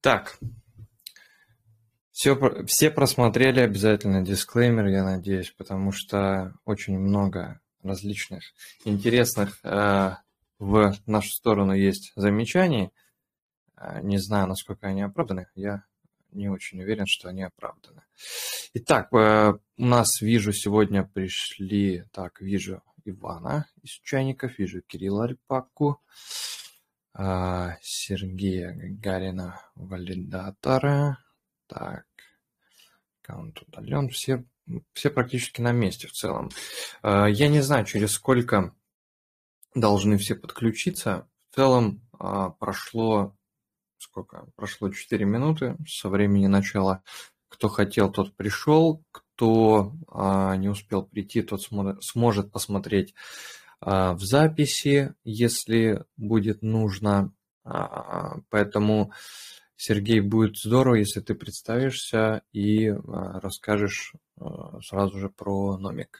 Так, все просмотрели обязательно дисклеймер, я надеюсь, потому что очень много различных интересных в нашу сторону есть замечаний. Не знаю, насколько они оправданы. Я не очень уверен, что они оправданы. Итак, у нас, вижу, сегодня пришли... Так, вижу Ивана из Чайников, вижу Кирилла Репаку, Сергея Гагарина, валидатора. Так, аккаунт удален. Все практически на месте в целом. Я не знаю, через сколько должны все подключиться. В целом прошло 4 минуты со времени начала. Кто хотел, тот пришел. Кто не успел прийти, тот сможет посмотреть в записи, если будет нужно. Поэтому, Сергей, будет здорово, если ты представишься и расскажешь сразу же про номик.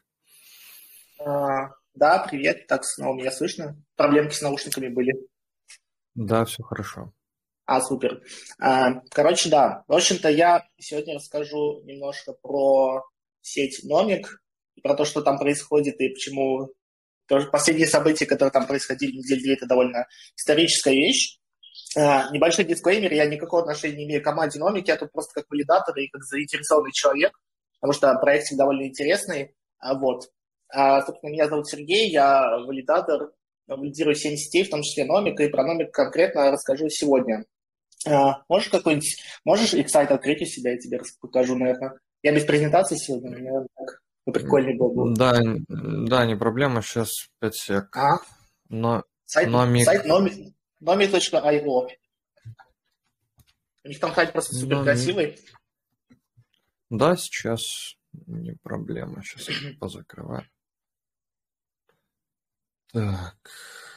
Да, привет. Так, снова меня слышно? Проблемки с наушниками были. Да, все хорошо. Супер. Короче, да. В общем-то, я сегодня расскажу немножко про сеть Номик, про то, что там происходит и почему тоже последние события, которые там происходили недели две, это довольно историческая вещь. Небольшой дисклеймер, я никакого отношения не имею к команде Номик, я тут просто как валидатор и как заинтересованный человек, потому что проект довольно интересный. Собственно, меня зовут Сергей, я валидатор, валидирую 7 сетей, в том числе Номик, и про Номик конкретно расскажу сегодня. Можешь их сайт открыть у себя, я тебе покажу, наверное. Я без презентации сегодня, наверное, так прикольный был. Да, не проблема, сейчас 5 сек. Сайт Номик.io. У них там сайт просто супер красивый. Да, сейчас не проблема, сейчас я позакрываю. Так,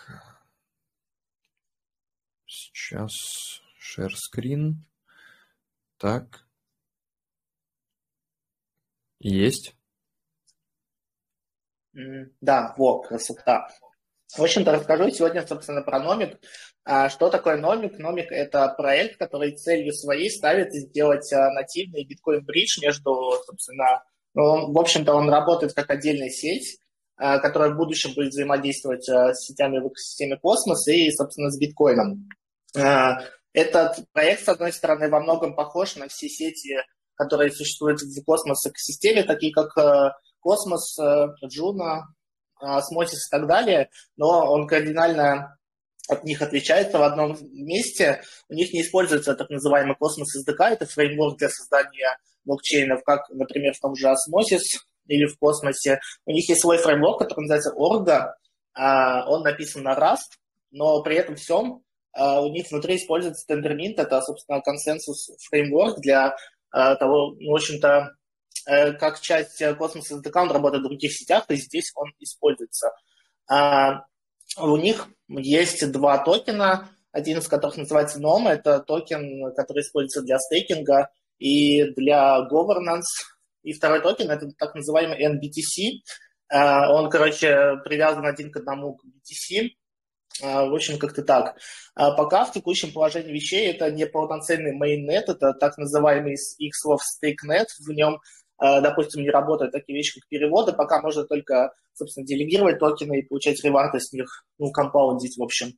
сейчас share screen. Так, есть. Да, красота. В общем-то, расскажу сегодня, собственно, про Номик. Что такое Номик? Номик – это проект, который целью своей ставит сделать нативный биткоин-бридж между, собственно, в общем-то, он работает как отдельная сеть, которая в будущем будет взаимодействовать с сетями в экосистеме Космос и, собственно, с биткоином. Этот проект, с одной стороны, во многом похож на все сети, которые существуют в космос-экосистеме, такие как Космос, Juno, Osmosis и так далее, но он кардинально от них отличается в одном месте. У них не используется так называемый Cosmos SDK, это фреймворк для создания блокчейнов, как, например, в том же Osmosis или в Космосе. У них есть свой фреймворк, который называется Orga. Он написан на Rust, но при этом всем у них внутри используется Tendermint, это, собственно, консенсус фреймворк для того, в общем-то, как часть Cosmos SDK, он работает в других сетях, то есть здесь он используется. У них есть два токена, один из которых называется NOM, это токен, который используется для стейкинга и для governance, и второй токен это так называемый NBTC, он, привязан один к одному к BTC, в общем, как-то так. Пока в текущем положении вещей это не полноценный mainnet, это так называемый X-Love StakeNet, в нем допустим, не работают такие вещи, как переводы, пока можно только, собственно, делегировать токены и получать реварды с них, компаундить, в общем.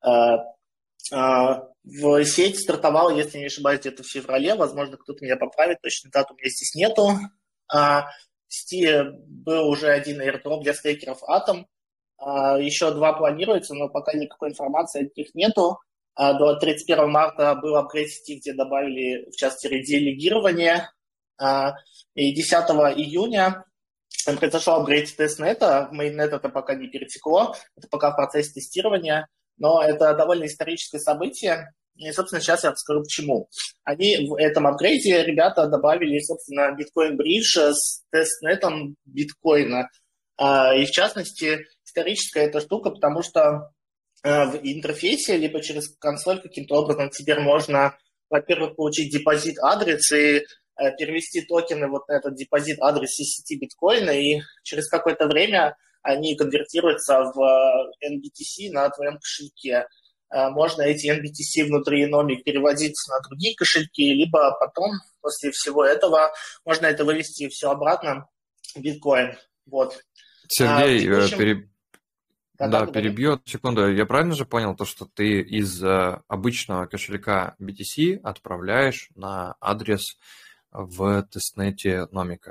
В сеть стартовала, если не ошибаюсь, где-то в феврале, возможно, кто-то меня поправит, точно дату у меня здесь нету. В сети был уже один airdrop для стейкеров Atom, еще два планируется, но пока никакой информации от них нету. До 31 марта был апгрейд сети, где добавили, в частности, делегирование. И 10 июня произошел апгрейд тестнета, мейннет это пока не перетекло, это пока в процессе тестирования, но это довольно историческое событие, и, собственно, сейчас я расскажу почему. Они в этом апгрейде, ребята, добавили, собственно, биткоин-бридж с тестнетом биткоина, и, в частности, историческая эта штука, потому что в интерфейсе, либо через консоль каким-то образом теперь можно, во-первых, получить депозит-адрес и перевести токены вот на этот депозит-адрес из сети биткоина, и через какое-то время они конвертируются в NBTC на твоем кошельке. можно эти NBTC внутри Nomic переводить на другие кошельки, либо потом, после всего этого, можно это вывести все обратно в биткоин. Вот. Сергей, Да, перебью секунду. Я правильно же понял то, что ты из обычного кошелька BTC отправляешь на адрес в тестнете Номика?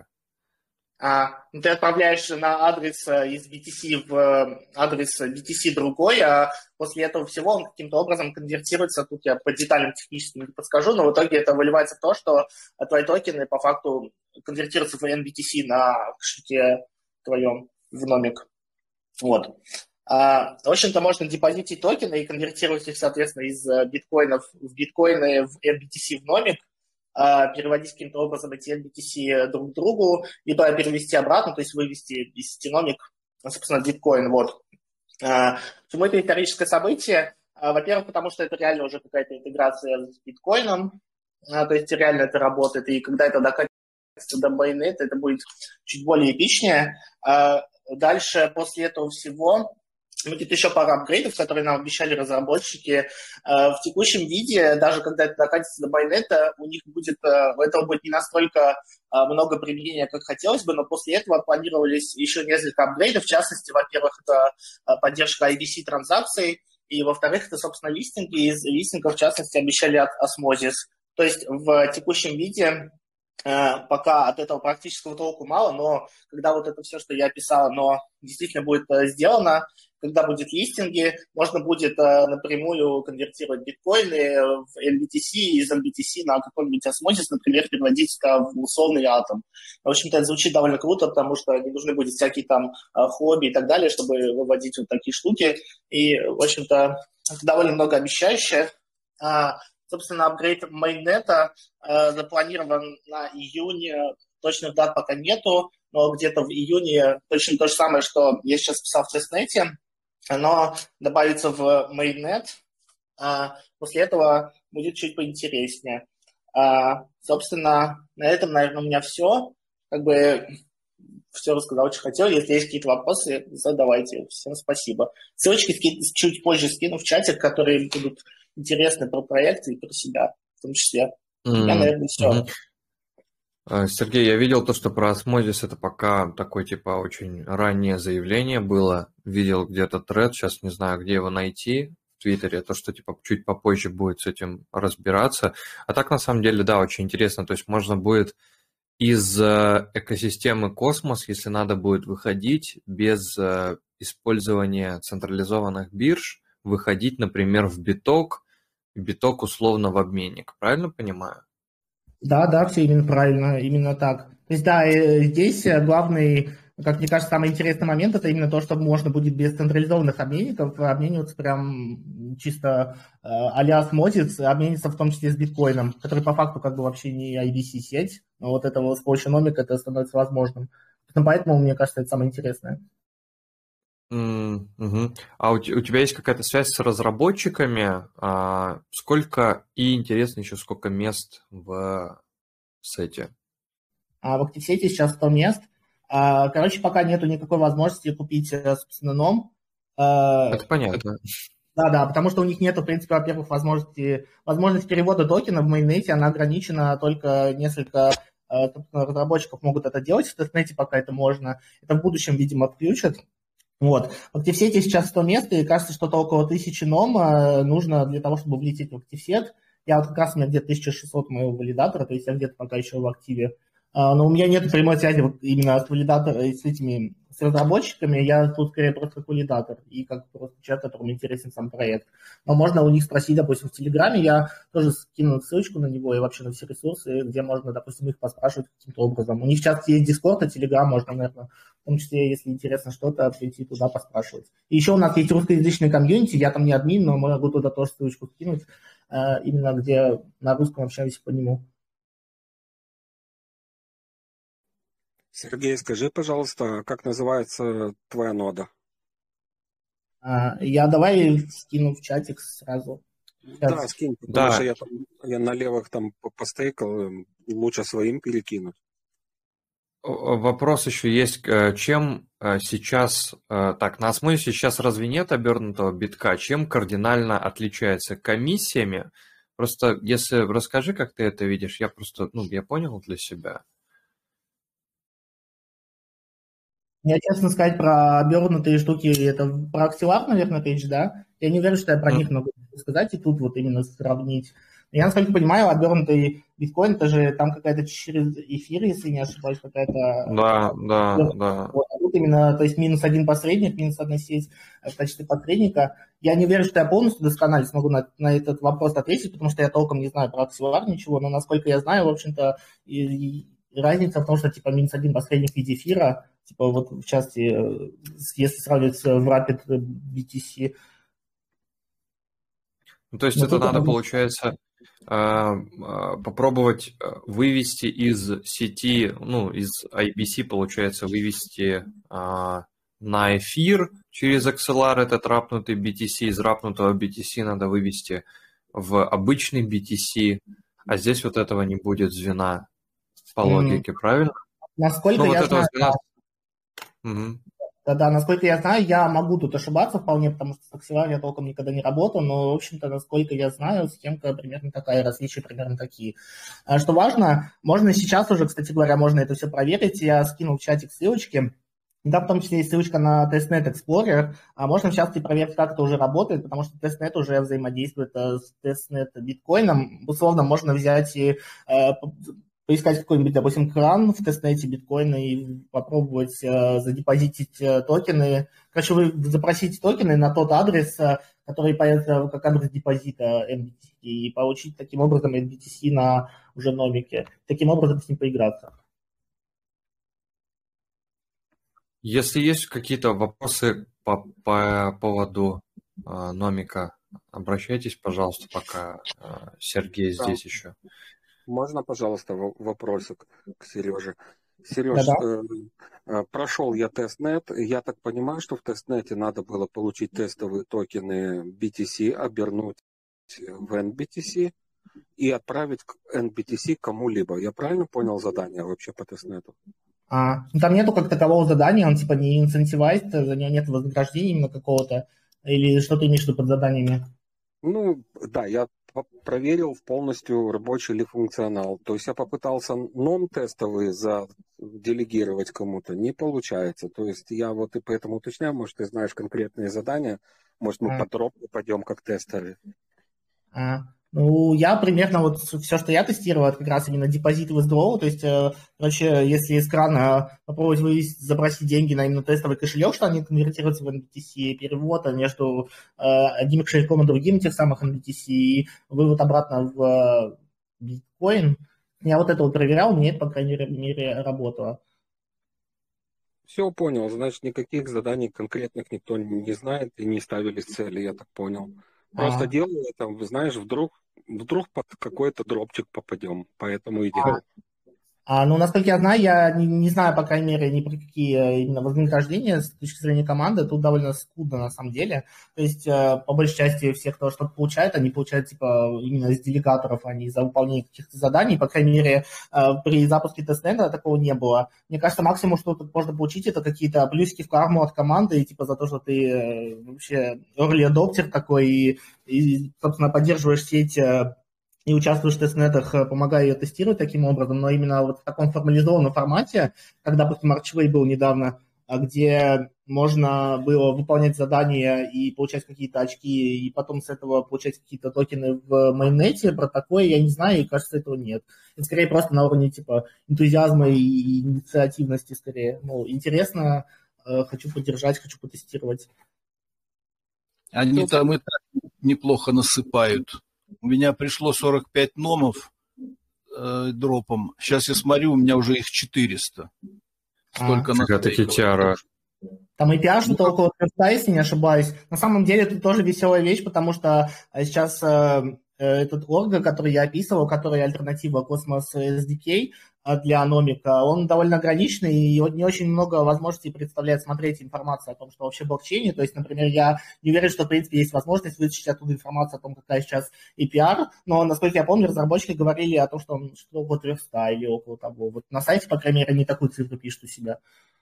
Ты отправляешь на адрес из BTC в адрес BTC другой, а после этого всего он каким-то образом конвертируется. Тут я по деталям технически не подскажу, но в итоге это выливается в то, что твои токены по факту конвертируются в NBTC на кошельке твоем в Номик. Вот. В общем-то, можно депозитить токены и конвертировать их, соответственно, из биткоинов в биткоины, в NBTC в Номик, переводить каким-то образом эти NBTC друг к другу, либо перевести обратно, то есть вывести из Номик, собственно, биткоин. Вот. Почему это историческое событие? Во-первых, потому что это реально уже какая-то интеграция с биткоином, то есть реально это работает, и когда это докатится до майонета, это будет чуть более эпичнее. Дальше, после этого всего, будет еще пара апгрейдов, которые нам обещали разработчики. В текущем виде, даже когда это докатится до майонета, у этого будет не настолько много применения, как хотелось бы, но после этого планировались еще несколько апгрейдов. В частности, во-первых, это поддержка IBC транзакций, и, во-вторых, это, собственно, листинги. Из листингов, в частности, обещали от Osmosis. То есть в текущем виде пока от этого практического толку мало, но когда вот это все, что я описал, оно действительно будет сделано, когда будет листинги, можно будет напрямую конвертировать биткоины в NBTC, из NBTC на какой-нибудь Osmosis, например, переводить в условный атом. В общем-то, это звучит довольно круто, потому что не нужны будут всякие там хобби и так далее, чтобы выводить вот такие штуки. И, в общем-то, это довольно многообещающе. Собственно, апгрейд майннета запланирован на июнь. Точных дат пока нету, но где-то в июне точно то же самое, что я сейчас писал в тестнете, оно добавится в майннет. После этого будет чуть поинтереснее. Собственно, на этом, наверное, у меня все. Все рассказал, что хотел. Если есть какие-то вопросы, задавайте. Всем спасибо. Ссылочки чуть позже скину в чатик, которые будут интересны про проекты и про себя в том числе. Я, наверное, все. Сергей, я видел то, что про Osmosis это пока такое, типа, очень раннее заявление было. Видел где-то тред, сейчас не знаю, где его найти в Твиттере, то, что, типа, чуть попозже будет с этим разбираться. А так, на самом деле, да, очень интересно. То есть можно будет из экосистемы Космос, если надо будет выходить без использования централизованных бирж, выходить, например, в биток условно в обменник. Правильно понимаю? Да, все именно правильно, именно так. То есть, да, здесь главный, как мне кажется, самый интересный момент, это именно то, что можно будет без централизованных обменников обмениваться прям чисто а-ля Osmosis, обмениваться в том числе с биткоином, который по факту как бы вообще не IBC-сеть, но вот этого с помощью Nomic это становится возможным. Поэтому, мне кажется, это самое интересное. А у тебя есть какая-то связь с разработчиками? Сколько, и интересно еще, сколько мест в сете? В ActiveState сейчас 100 мест. Короче, пока нету никакой возможности купить, собственно, ном. Это понятно. Да, потому что у них нету, в принципе, во-первых, возможность перевода токена в майннете, она ограничена, только несколько разработчиков могут это делать, в тестнете пока это можно. Это в будущем, видимо, включат. Вот. В ActiveState сейчас 100 мест, и кажется, что-то около 1000 ном нужно для того, чтобы влететь в ActiveState. Я вот как раз у меня где-то 1600 моего валидатора, то есть я где-то пока еще в активе. Но у меня нет прямой связи вот именно с валидатором, с разработчиками, я тут скорее просто как валидатор и как просто человек, которому интересен сам проект. Но можно у них спросить, допустим, в Телеграме, я тоже скину ссылочку на него и вообще на все ресурсы, где можно, допустим, их поспрашивать каким-то образом. У них сейчас есть Discord, а Телеграм можно, наверное, в том числе, если интересно что-то, прийти туда поспрашивать. И еще у нас есть русскоязычный комьюнити, я там не админ, но могу туда тоже ссылочку скинуть, именно где на русском общаемся по нему. Сергей, скажи, пожалуйста, как называется твоя нода? Я давай скину в чатик сразу. Да, скинь, потому что я на левых там постейкал, лучше своим перекинуть. Вопрос еще есть, чем сейчас, так, на осмосе сейчас разве нет обернутого битка, чем кардинально отличается комиссиями? Просто если расскажи, как ты это видишь, я просто, я понял для себя. Я, честно сказать, про обернутые штуки, это про Axelar, наверное, речь, да? Я не уверен, что я про них могу сказать, и тут вот именно сравнить. Я, насколько понимаю, обернутый биткоин, это же там какая-то через эфир, если не ошибаюсь, какая-то... Да. Вот, а тут именно, то есть минус один посредник, минус одна сеть в качестве посредника. Я не уверен, что я полностью досконально смогу на этот вопрос ответить, потому что я толком не знаю про Axelar ничего, но насколько я знаю, в общем-то, и разница в том, что типа минус один посредник в виде эфира, типа вот в части, если сравнивать в Rapid BTC. То есть это надо, получается, попробовать вывести из сети, из IBC, получается, вывести на эфир через Axelar этот рапнутый BTC, из рапнутого BTC надо вывести в обычный BTC, а здесь вот этого не будет звена по логике, правильно? Насколько я знаю... Угу. Да, насколько я знаю, я могу тут ошибаться вполне, потому что с Axelar я толком никогда не работал, но, в общем-то, насколько я знаю, схемка примерно такая, различия примерно такие. Что важно, можно сейчас уже, кстати говоря, можно это все проверить, я скинул в чатик ссылочки, да, в том числе есть ссылочка на Testnet Explorer, а можно сейчас и проверить, как это уже работает, потому что Testnet уже взаимодействует с Testnet биткоином. Условно можно взять и поискать какой-нибудь, допустим, кран в тестнете биткоина и попробовать задепозитить токены. Короче, вы запросите токены на тот адрес, который появится как адрес депозита MBTC, и получить таким образом MBTC на уже номике. Таким образом с ним поиграться. Если есть какие-то вопросы по поводу номика, обращайтесь, пожалуйста, пока Сергей здесь еще. Можно, пожалуйста, вопросик к Сереже? Сереж, прошел я тестнет. Я так понимаю, что в тестнете надо было получить тестовые токены BTC, обернуть в NBTC и отправить к NBTC кому-либо. Я правильно понял задание вообще по тестнету? Там нету как такового задания, он типа не incentivized, за него нет вознаграждения именно какого-то, или что ты имеешь в виду под заданиями? Да, я проверил полностью рабочий ли функционал. То есть я попытался нон-тестовые делегировать кому-то, не получается. То есть я вот и поэтому уточняю, может, ты знаешь конкретные задания, может, мы подробно пойдем как тестеры. Я примерно вот все, что я тестировал, это как раз именно депозит и withdrawal, то есть, короче, если из крана попробовать запросить деньги на именно тестовый кошелек, что они конвертируются в NBTC, перевод между одним кошельком и другим тех самых NBTC, и вывод обратно в биткоин, я вот это вот проверял, мне это, по крайней мере, работало. Все понял, значит, никаких заданий конкретных никто не знает и не ставили цели, я так понял. Просто делаю это, знаешь, вдруг под какой-то дропчик попадем, поэтому и делаю. Насколько я знаю, я не знаю, по крайней мере, ни про какие именно вознаграждения с точки зрения команды. Тут довольно скудно на самом деле. То есть, по большей части, все, кто что-то получает, они получают типа именно из делегаторов, а не за выполнение каких-то заданий. По крайней мере, при запуске тестнета такого не было. Мне кажется, максимум, что тут можно получить, это какие-то плюсики в карму от команды, типа за то, что ты вообще early adopter такой и собственно, поддерживаешь сеть и участвуешь в тестнетах, помогая ее тестировать таким образом, но именно вот в таком формализованном формате, как, допустим, Archway был недавно, где можно было выполнять задания и получать какие-то очки, и потом с этого получать какие-то токены в майннете, про такое я не знаю, и кажется, этого нет. Это скорее просто на уровне типа энтузиазма и инициативности скорее. Интересно, хочу поддержать, хочу потестировать. Они там и так неплохо насыпают. У меня пришло 45 номов дропом. Сейчас я смотрю, у меня уже их 400. Столько хитяра. Там API что-то около 300, если не ошибаюсь. На самом деле это тоже веселая вещь, потому что сейчас этот орг, который я описывал, который альтернатива Cosmos SDK, для Номика, он довольно ограниченный, и не очень много возможностей представляет смотреть информацию о том, что вообще блокчейне. То есть, например, я не уверен, что, в принципе, есть возможность вытащить оттуда информацию о том, какая сейчас APR, но, насколько я помню, разработчики говорили о том, что он что около 300 или около того. Вот на сайте, по крайней мере, они такую цифру пишут у себя.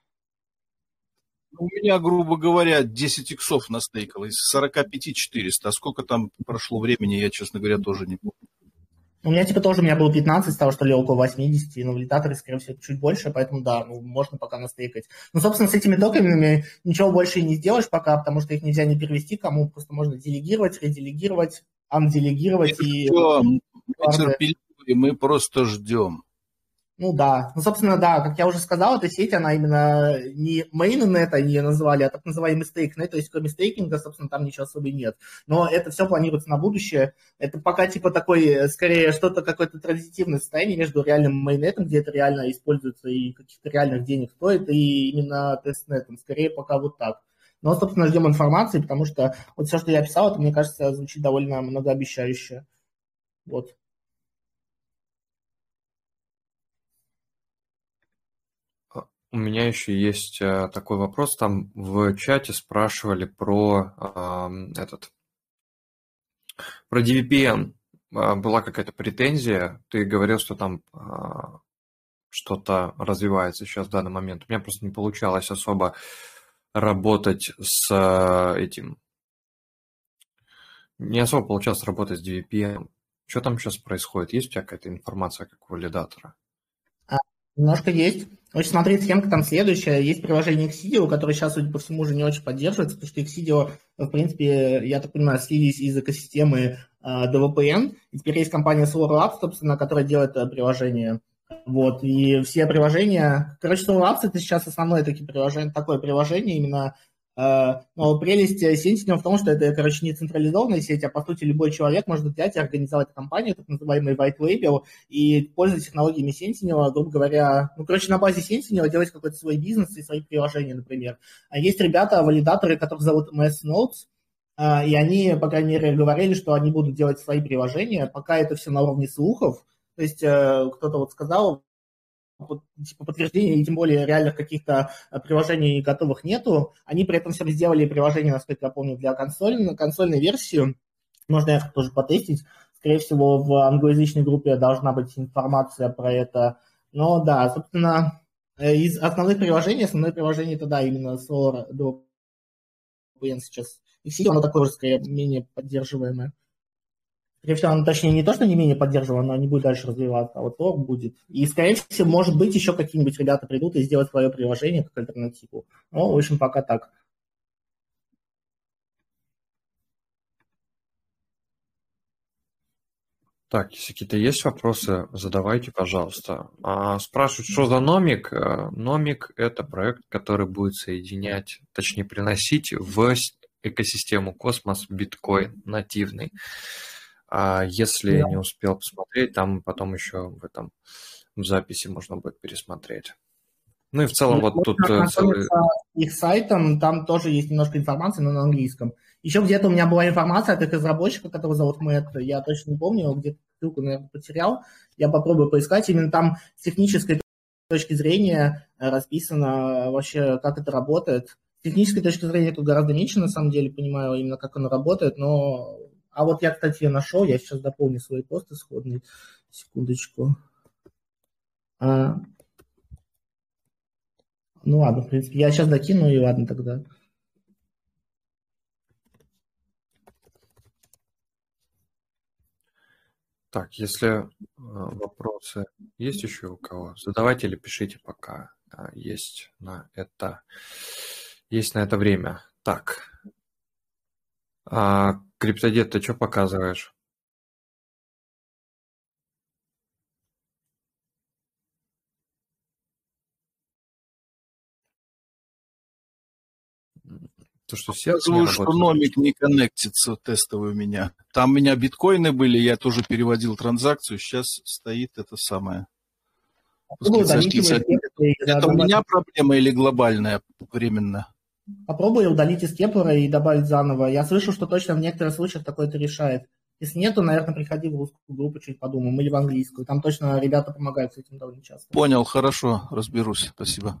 У меня, грубо говоря, 10 иксов настейкало, из 45 400. А сколько там прошло времени, я, честно говоря, тоже не помню. У меня тоже, у меня было 15, стало, что ли, около 80, но валидаторы, скорее всего, чуть больше, поэтому, да, можно пока настейкать. Ну, собственно, с этими токенами ничего больше и не сделаешь пока, потому что их нельзя не перевести кому, просто можно делегировать, ределегировать, анделегировать. И мы терпеливы, мы просто ждем. Ну да, собственно, да, как я уже сказал, эта сеть, она именно не mainnet, они ее назвали, а так называемый стейкнет, то есть кроме стейкинга, собственно, там ничего особо и нет. Но это все планируется на будущее. Это пока типа такой, скорее, что-то, какое-то транзитивное состояние между реальным майнетом, где это реально используется и каких-то реальных денег стоит, и именно тестнетом. Скорее пока вот так. Но, собственно, ждем информации, потому что вот все, что я описал, это, мне кажется, звучит довольно многообещающе. Вот. У меня еще есть такой вопрос. Там в чате спрашивали про про DVPN. Была какая-то претензия. Ты говорил, что там что-то развивается сейчас в данный момент. У меня просто не получалось особо работать с этим. Не особо получалось работать с DVPN. Что там сейчас происходит? Есть у тебя какая-то информация как у валидатора? Немножко есть. Очень смотреть, схемка там следующая. Есть приложение Xideo, которое сейчас, судя по всему, уже не очень поддерживается, потому что Xideo, в принципе, я так понимаю, слились из экосистемы DVPN. И теперь есть компания Solar Labs, собственно, которая делает приложение. Вот, и все приложения... Короче, Solar Labs — это сейчас основное такое приложение именно. Но прелесть Sentinel в том, что это, короче, не централизованная сеть, а, по сути, любой человек может взять и организовать компанию, так называемый white label, и пользоваться технологиями Sentinel, грубо говоря, на базе Sentinel делать какой-то свой бизнес и свои приложения, например. А есть ребята, валидаторы, которых зовут MS Nodes, и они, по крайней мере, говорили, что они будут делать свои приложения, пока это все на уровне слухов. То есть кто-то вот сказал, типа подтверждений, и тем более реальных каких-то приложений готовых нету. Они при этом все сделали приложение, насколько я помню, для консольной версии. Можно это тоже потестить. Скорее всего, в англоязычной группе должна быть информация про это. Но да, собственно, из основное приложение это, да, именно Solar VPN сейчас. И все оно такое же, скорее, менее поддерживаемое. Скорее всего, оно, точнее, не то, что не менее поддерживано, оно не будет дальше развиваться, а вот то будет. И, скорее всего, может быть, еще какие-нибудь ребята придут и сделают свое приложение как альтернативу. Но, в общем, пока так. Так, если какие-то есть вопросы, задавайте, пожалуйста. Спрашивают, что за Номик? Номик – это проект, который будет соединять, точнее, приносить в экосистему Космос биткоин нативный. Если не успел посмотреть, там потом еще в записи можно будет пересмотреть. Ну и в целом вот тут целый... Их сайтом, там тоже есть немножко информации, но на английском. Еще где-то у меня была информация от их разработчика, которого зовут Мэтт, я точно не помню, где-то ссылку, наверное, потерял. Я попробую поискать. Именно там с технической точки зрения расписано вообще, как это работает. С технической точки зрения тут гораздо меньше, на самом деле, понимаю именно, как оно работает, но... А вот я, кстати, нашел, я сейчас дополню свой пост исходный. Секундочку. Ну ладно, в принципе, я сейчас докину, и ладно тогда. Так, если вопросы есть еще у кого, задавайте или пишите пока. Есть на это время. Так. Криптодед, ты что показываешь? То, что сердце не работает. Что Номик не коннектится тестовый у меня. Там у меня биткоины были, я тоже переводил транзакцию, сейчас стоит это самое. Это у меня проблема или глобальная временно? Попробуй удалить из степлера и добавить заново. Я слышу, что точно в некоторых случаях такое-то решает. Если нет, то, наверное, приходи в русскую группу, чуть подумаем, или в английскую. Там точно ребята помогают с этим довольно часто. Понял, хорошо, разберусь. Спасибо.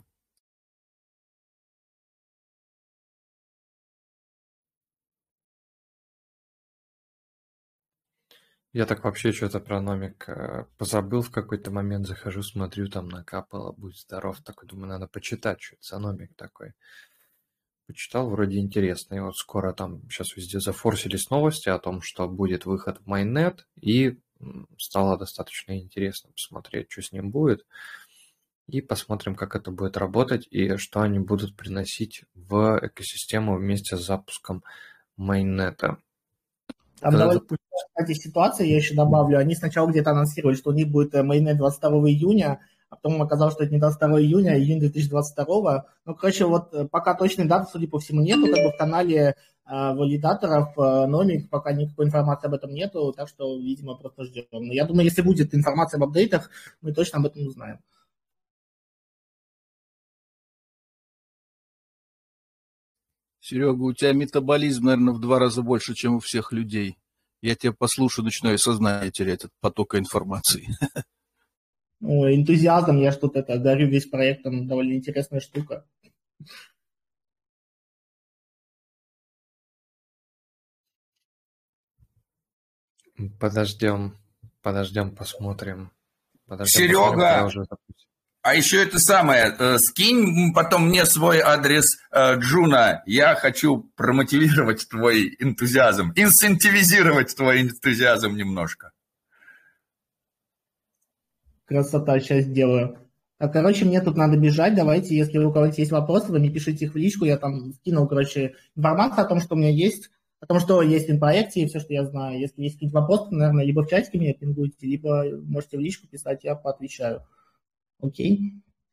Я так вообще что-то про номик позабыл в какой-то момент, захожу, смотрю, там накапало, будь здоров, такой, думаю, надо почитать, что это за номик такой. Почитал, вроде интересно, и вот скоро там сейчас везде зафорсились новости о том, что будет выход в Майнет, и стало достаточно интересно посмотреть, что с ним будет, и посмотрим, как это будет работать, и что они будут приносить в экосистему вместе с запуском Майнета. Там довольно, кстати, ситуация, я еще добавлю, они сначала где-то анонсировали, что у них будет майнет 22 июня, а потом оказалось, что это не 22 июня, а июнь 2022. Ну, короче, вот пока точной даты, судя по всему, нету, как бы в канале валидаторов, номик, пока никакой информации об этом нету, так что, видимо, просто ждем. Но я думаю, если будет информация об апдейтах, мы точно об этом узнаем. Серега, у тебя метаболизм, наверное, в 2 раза больше, чем у всех людей. Я тебя послушаю, начинаю сознание терять от потока информации. Энтузиазм, я что-то горю весь проектом, довольно интересная штука. Подождем, посмотрим. Серега, а еще это самое, скинь потом мне свой адрес Джуна, я хочу промотивировать твой энтузиазм, инцентивизировать твой энтузиазм немножко. Красота, сейчас сделаю. Так, короче, мне тут надо бежать, давайте, если у кого-то есть вопросы, вы мне пишите их в личку, я там скинул, короче, информацию о том, что у меня есть, о том, что есть в проекте и все, что я знаю. Если есть какие-то вопросы, наверное, либо в чатике меня пингуйте, либо можете в личку писать, я поотвечаю. Окей?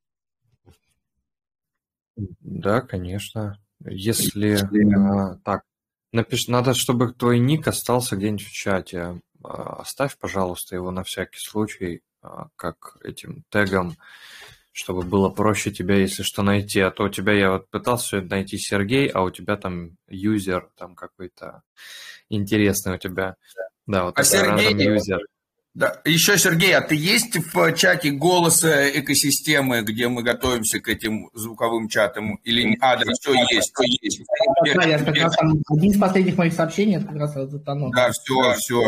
Да, конечно. Если так, надо, чтобы твой ник остался где-нибудь в чате. Оставь, пожалуйста, его на всякий случай, как этим тегом, чтобы было проще тебя, если что, найти. А то у тебя, я вот пытался найти Сергей, а у тебя там юзер, там какой-то интересный у тебя. Да, вот это Сергей, random user. Да. Еще, Сергей, а ты есть в чате голоса экосистемы, где мы готовимся к этим звуковым чатам? Или да, все есть, все есть. Да, я как раз там один из последних моих сообщений, это как раз вот оно. Да, все. Все,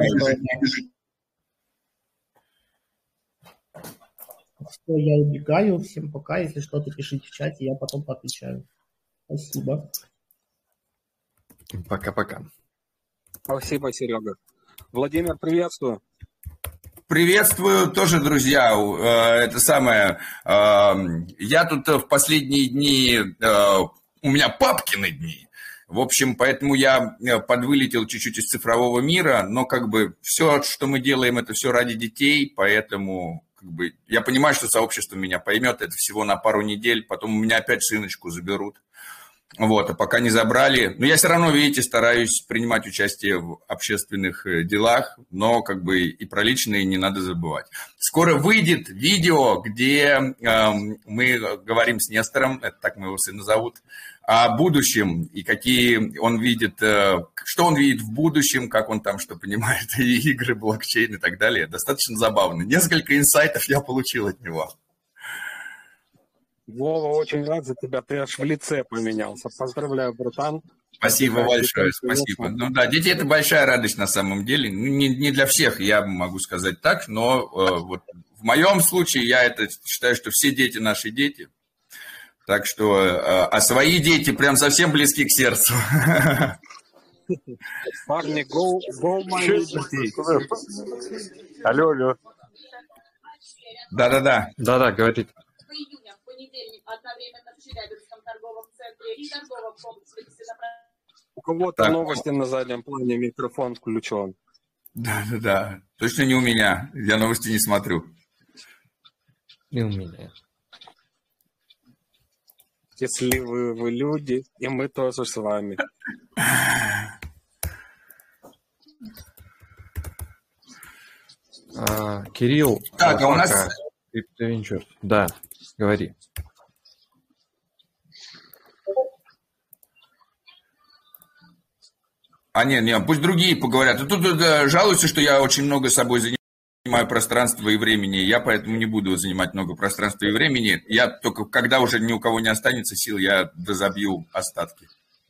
я убегаю. Всем пока. Если что-то пишите в чате, я потом поотвечаю. Спасибо. Пока-пока. Спасибо, Серега. Владимир, приветствую. Приветствую тоже, друзья. Это самое. Я тут в последние дни, у меня папкины дни. В общем, поэтому я подвылетел чуть-чуть из цифрового мира, но как бы все, что мы делаем, это все ради детей, поэтому как бы я понимаю, что сообщество меня поймет, это всего на пару недель, потом у меня опять сыночку заберут. Вот, а пока не забрали. Но я все равно, видите, стараюсь принимать участие в общественных делах, но как бы и про личные не надо забывать. Скоро выйдет видео, где мы говорим с Нестором, это так моего сына зовут, о будущем и какие он видит, что он видит в будущем, как он там что понимает, и игры, блокчейн и так далее. Достаточно забавно. Несколько инсайтов я получил от него. Вова, очень рад за тебя, ты аж в лице поменялся. Поздравляю, братан. Спасибо большое, спасибо. Ну да, дети – это большая радость на самом деле. Не для всех, я могу сказать так, но вот в моем случае я это считаю, что все дети наши дети. Так что, а свои дети прям совсем близки к сердцу. Парни, go my liberty. Алло. Да-да-да. Да-да, говорит. Июня, в понедельник, одновременно в Челябинском торговом центре и торговом комплексе. У кого-то новости на заднем плане, микрофон включен. Да. Точно не у меня. Я новости не смотрю. И у меня. Счастливые вы люди, и мы тоже с вами. Кирилл. Так, а у нас... CryptoVentures. Да, говори. Не, пусть другие поговорят. Тут жалуются, что я очень много собой занимаю пространства и времени. Я поэтому не буду занимать много пространства и времени. Я только, когда уже ни у кого не останется сил, я дозабью остатки.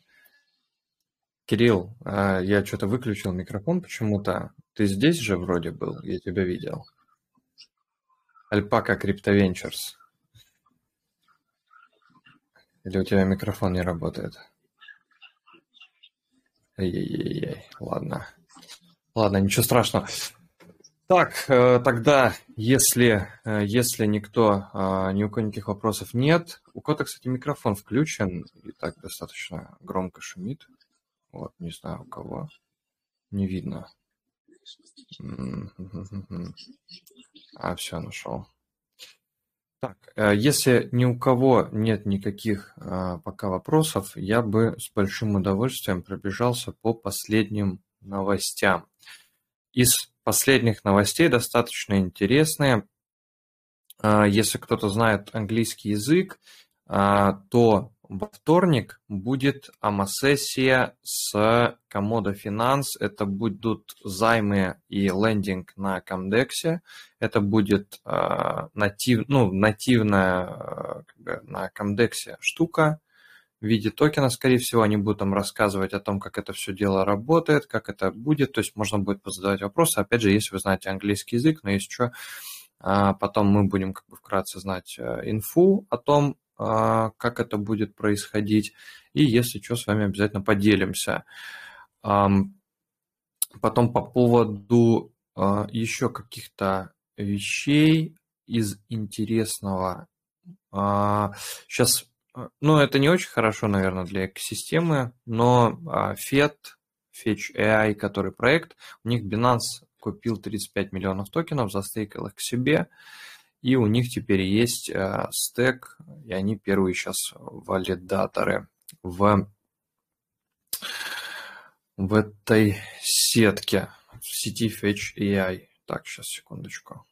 Кирилл, я что-то выключил микрофон почему-то. Ты здесь же вроде был, я тебя видел. Альпака Криптовенчерс. Или у тебя микрофон не работает? Ай-яй-яй, ладно. Ладно, ничего страшного. Так, тогда, если никто, ни у кого никаких вопросов нет, у кого-то, кстати, микрофон включен, и так достаточно громко шумит. Вот, не знаю, у кого. Не видно. Все, нашел. Так, если ни у кого нет никаких пока вопросов, я бы с большим удовольствием пробежался по последним новостям. Из последних новостей достаточно интересные. Если кто-то знает английский язык, то во вторник будет АМА-сессия с Komodo Finance. Это будут займы и лендинг на Комдексе. Это будет нативная на Комдексе штука в виде токена, скорее всего. Они будут там рассказывать о том, как это все дело работает, как это будет. То есть можно будет позадавать вопросы. Опять же, если вы знаете английский язык, но если что, потом мы будем вкратце знать инфу о том, как это будет происходить. И если что, с вами обязательно поделимся. Потом по поводу еще каких-то вещей из интересного. Сейчас, это не очень хорошо, наверное, для экосистемы, но Fetch AI, который проект, у них Binance купил 35 миллионов токенов, застейкал их к себе. И у них теперь есть стек, и они первые сейчас валидаторы в этой сетке, в сети Fetch AI. Так, сейчас, секундочку.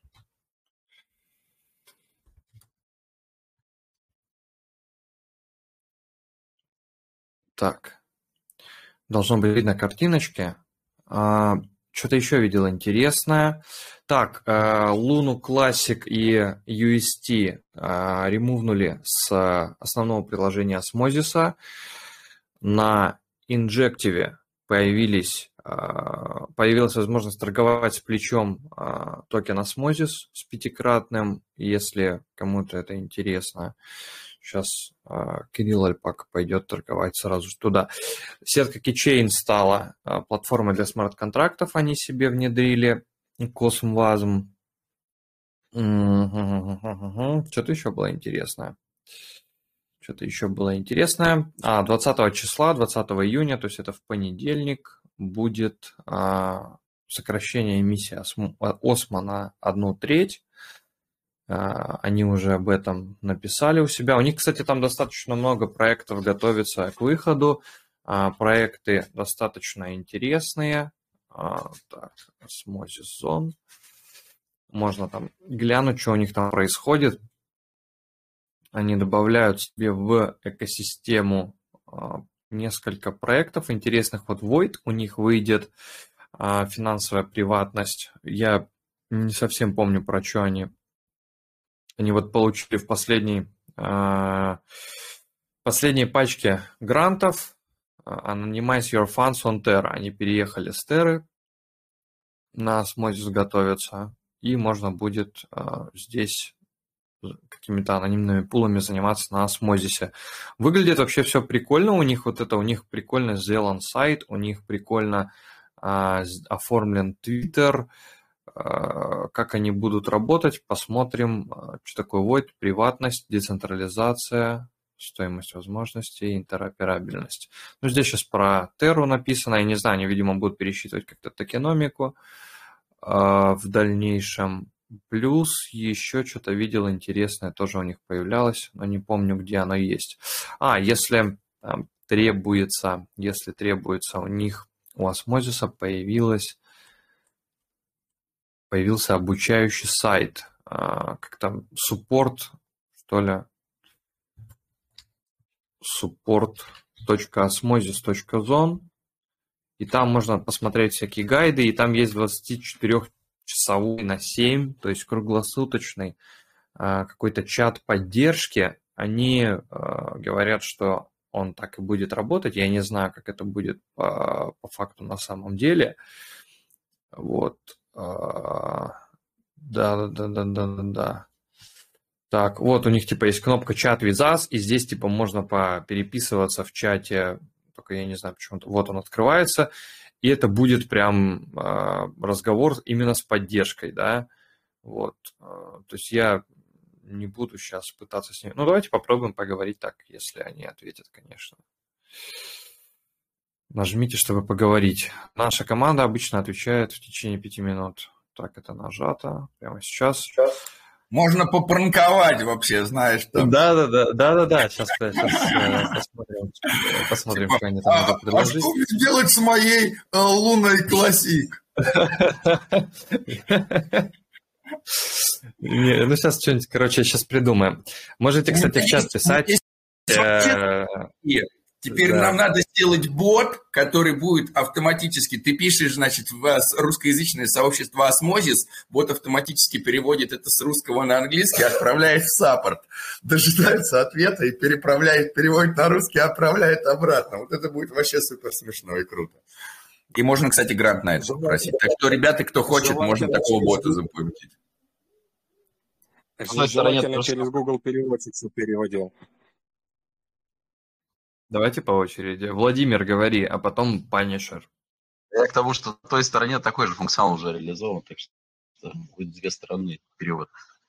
Так, должно быть видно картиночки. Что-то еще видел интересное. Так, Luna Classic и UST ремувнули с основного приложения Osmosis. На Injective появилась возможность торговать с плечом токен Osmosis с 5-кратным, если кому-то это интересно. Сейчас Кирилл Альпака пойдет торговать сразу же туда. Сетка Keychain стала платформой для смарт-контрактов. Они себе внедрили. Cosmwasm. Что-то еще было интересное. 20 числа, 20 июня, то есть это в понедельник, будет сокращение эмиссии Осмо на 1/3. Они уже об этом написали у себя. У них, кстати, там достаточно много проектов готовится к выходу. Проекты достаточно интересные. Так, Osmosis Zone. Можно там глянуть, что у них там происходит. Они добавляют себе в экосистему несколько проектов интересных. Вот Void у них выйдет, финансовая приватность. Я не совсем помню, про что они. Они вот получили в последней пачке грантов Anonymize Your Funds on Terra. Они переехали с Terra на Osmosis готовятся. И можно будет здесь какими-то анонимными пулами заниматься на Osmosis. Выглядит вообще все прикольно. У них прикольно сделан сайт, у них прикольно оформлен Twitter. Как они будут работать, посмотрим, что такое Void, приватность, децентрализация, стоимость возможностей, интероперабельность. Здесь сейчас про Terra написано, я не знаю, они, видимо, будут пересчитывать как-то токеномику в дальнейшем. Плюс еще что-то видел интересное, тоже у них появлялось, но не помню, где оно есть. Если требуется, у них, у Osmosis появился обучающий сайт, как там, support, что ли, support.osmosis.zone, и там можно посмотреть всякие гайды, и там есть 24-часовой на 7, то есть круглосуточный какой-то чат поддержки. Они говорят, что он так и будет работать. Я не знаю, как это будет по факту на самом деле. Вот. Да. Так, вот у них типа есть кнопка «Чат with us», и здесь типа можно переписываться в чате, только я не знаю почему-то. Вот он открывается, и это будет прям разговор именно с поддержкой, да. Вот. То есть я не буду сейчас пытаться с ними... Ну, давайте попробуем поговорить так, если они ответят, конечно. Нажмите, чтобы поговорить. Наша команда обычно отвечает в течение 5 минут. Так, это нажато прямо сейчас. Можно попранковать вообще, знаешь. Там. Да. Сейчас посмотрим, что они там могут предложить. А что мне сделать с моей луной классик? Ну, сейчас что-нибудь, сейчас придумаем. Можете, кстати, в чат писать. Теперь нам надо сделать бот, который будет автоматически... Ты пишешь, значит, в русскоязычное сообщество Осмозис, бот автоматически переводит это с русского на английский, отправляет в саппорт, дожидается ответа и переводит на русский, отправляет обратно. Вот это будет вообще супер смешно и круто. И можно, кстати, грант на это попросить. Так что, ребята, кто хочет, можно такого бота запустить. Желательно через Google переводчик переводил. Давайте по очереди. Владимир, говори, а потом Punisher. Я к тому, что в той стороне такой же функционал уже реализован, так что будет 2 стороны перевод.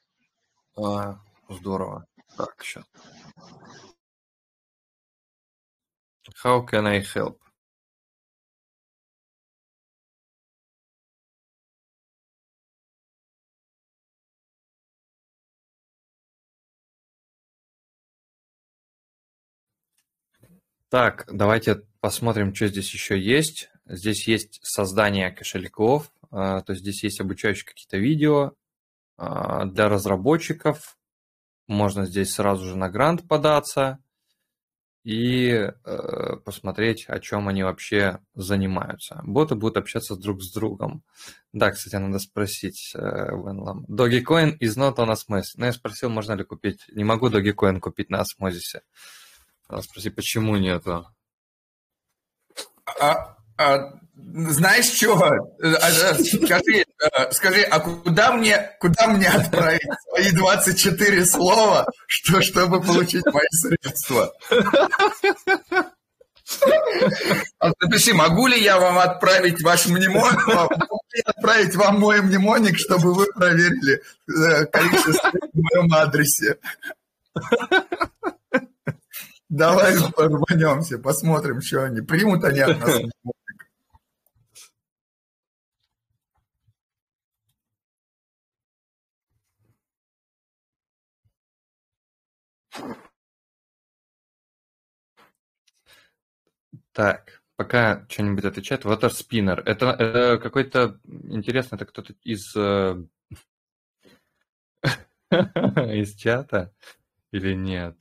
Здорово. Так, сейчас. How can I help? Так, давайте посмотрим, что здесь еще есть. Здесь есть создание кошельков, то есть здесь есть обучающие какие-то видео для разработчиков. Можно здесь сразу же на грант податься и посмотреть, о чем они вообще занимаются. Боты будут общаться друг с другом. Да, кстати, надо спросить Венлам. Dogecoin is not on Osmosis. Ну, я спросил, можно ли купить. Не могу Dogecoin купить на Осмозисе. Спроси, почему нету? Знаешь что? Скажи, а куда мне отправить свои 24 слова, чтобы получить мои средства? Напиши, могу ли я вам отправить ваш мнемоник, отправить вам мой мнемоник, чтобы вы проверили количество в моем адресе? Давай рванемся, посмотрим, что они. Примут они от нас. Так, пока что-нибудь отвечает. Water Spinner. Это какой-то... Интересно, это кто-то из... из чата или нет?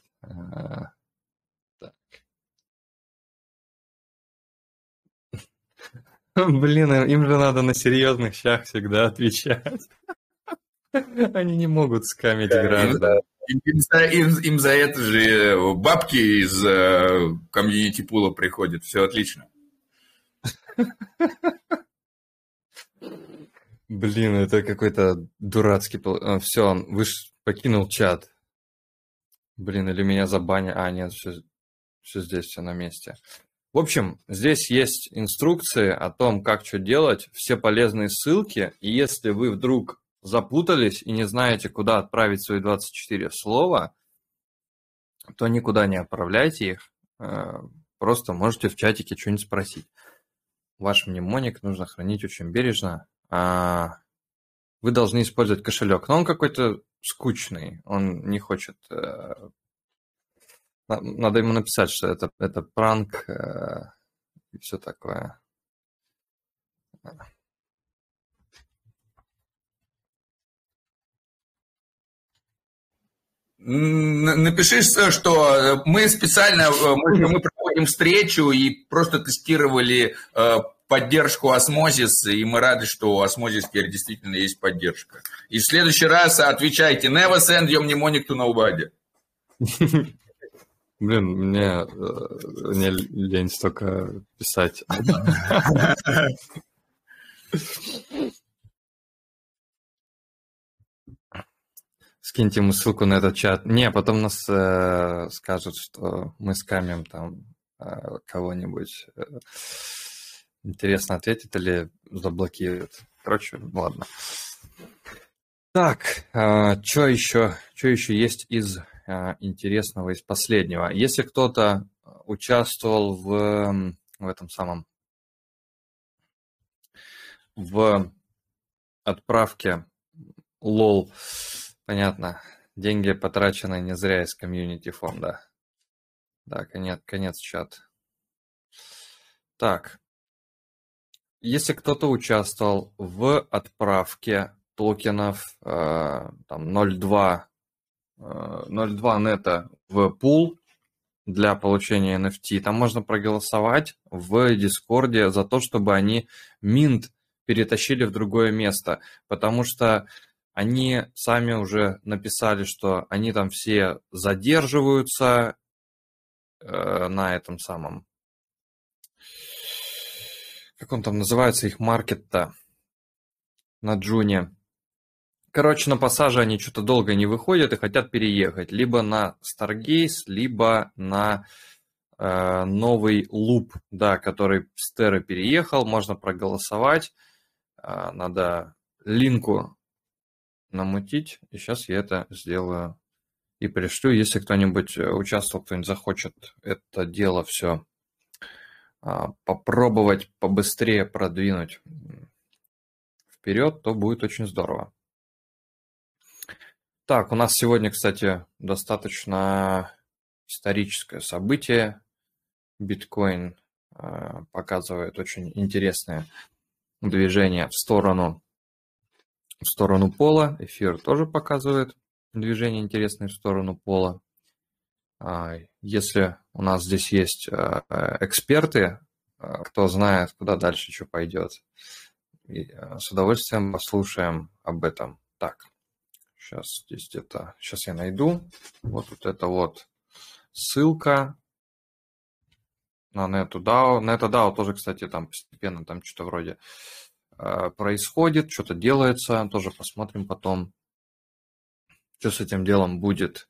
Блин, им же надо на серьезных щах всегда отвечать. Они не могут скамить граждан. Им за это же бабки из комьюнити-пула приходят. Все отлично. Блин, это какой-то дурацкий... Все, он покинул чат. Блин, или меня забанили. Нет, все здесь, все на месте. В общем, здесь есть инструкции о том, как что делать, все полезные ссылки, и если вы вдруг запутались и не знаете, куда отправить свои 24 слова, то никуда не отправляйте их, просто можете в чатике что-нибудь спросить. Ваш мнемоник нужно хранить очень бережно. Вы должны использовать кошелек, но он какой-то скучный, он не хочет... Надо ему написать, что это пранк и все такое. Напиши, что мы специально мы проводим встречу и просто тестировали поддержку Осмозис, и мы рады, что у Осмозис теперь действительно есть поддержка. И в следующий раз отвечайте: never send your mnemonic to nobody. Блин, мне лень столько писать. Скиньте ему ссылку на этот чат. Не, потом нас скажут, что мы скамим там кого-нибудь. Интересно, ответит или заблокирует. Короче, ладно. Так, что еще есть из интересного, из последнего? Если кто-то участвовал в этом самом, в отправке лол, понятно, деньги потрачены не зря из комьюнити фонда. Да, конец чат. Так, если кто-то участвовал в отправке токенов там 0.2 нета в пул для получения NFT, там можно проголосовать в Дискорде за то, чтобы они минт перетащили в другое место, потому что они сами уже написали, что они там все задерживаются на этом самом, как он там называется, их маркет-то, на Джуне. Короче, на пассаже они что-то долго не выходят и хотят переехать либо на Stargaze, либо на новый луп, да, который с Терры переехал. Можно проголосовать. Надо линку намутить. И сейчас я это сделаю и пришлю. Если кто-нибудь участвовал, кто-нибудь захочет это дело все попробовать побыстрее продвинуть вперед, то будет очень здорово. Так, у нас сегодня, кстати, достаточно историческое событие. Биткоин показывает очень интересное движение в сторону пола. Эфир тоже показывает движение интересное в сторону пола. Если у нас здесь есть эксперты, кто знает, куда дальше что пойдет, и с удовольствием послушаем об этом. Так. Сейчас я найду. Вот это вот ссылка на NetDAO. NetDAO тоже, кстати, там постепенно там что-то вроде происходит, что-то делается. Тоже посмотрим потом, что с этим делом будет.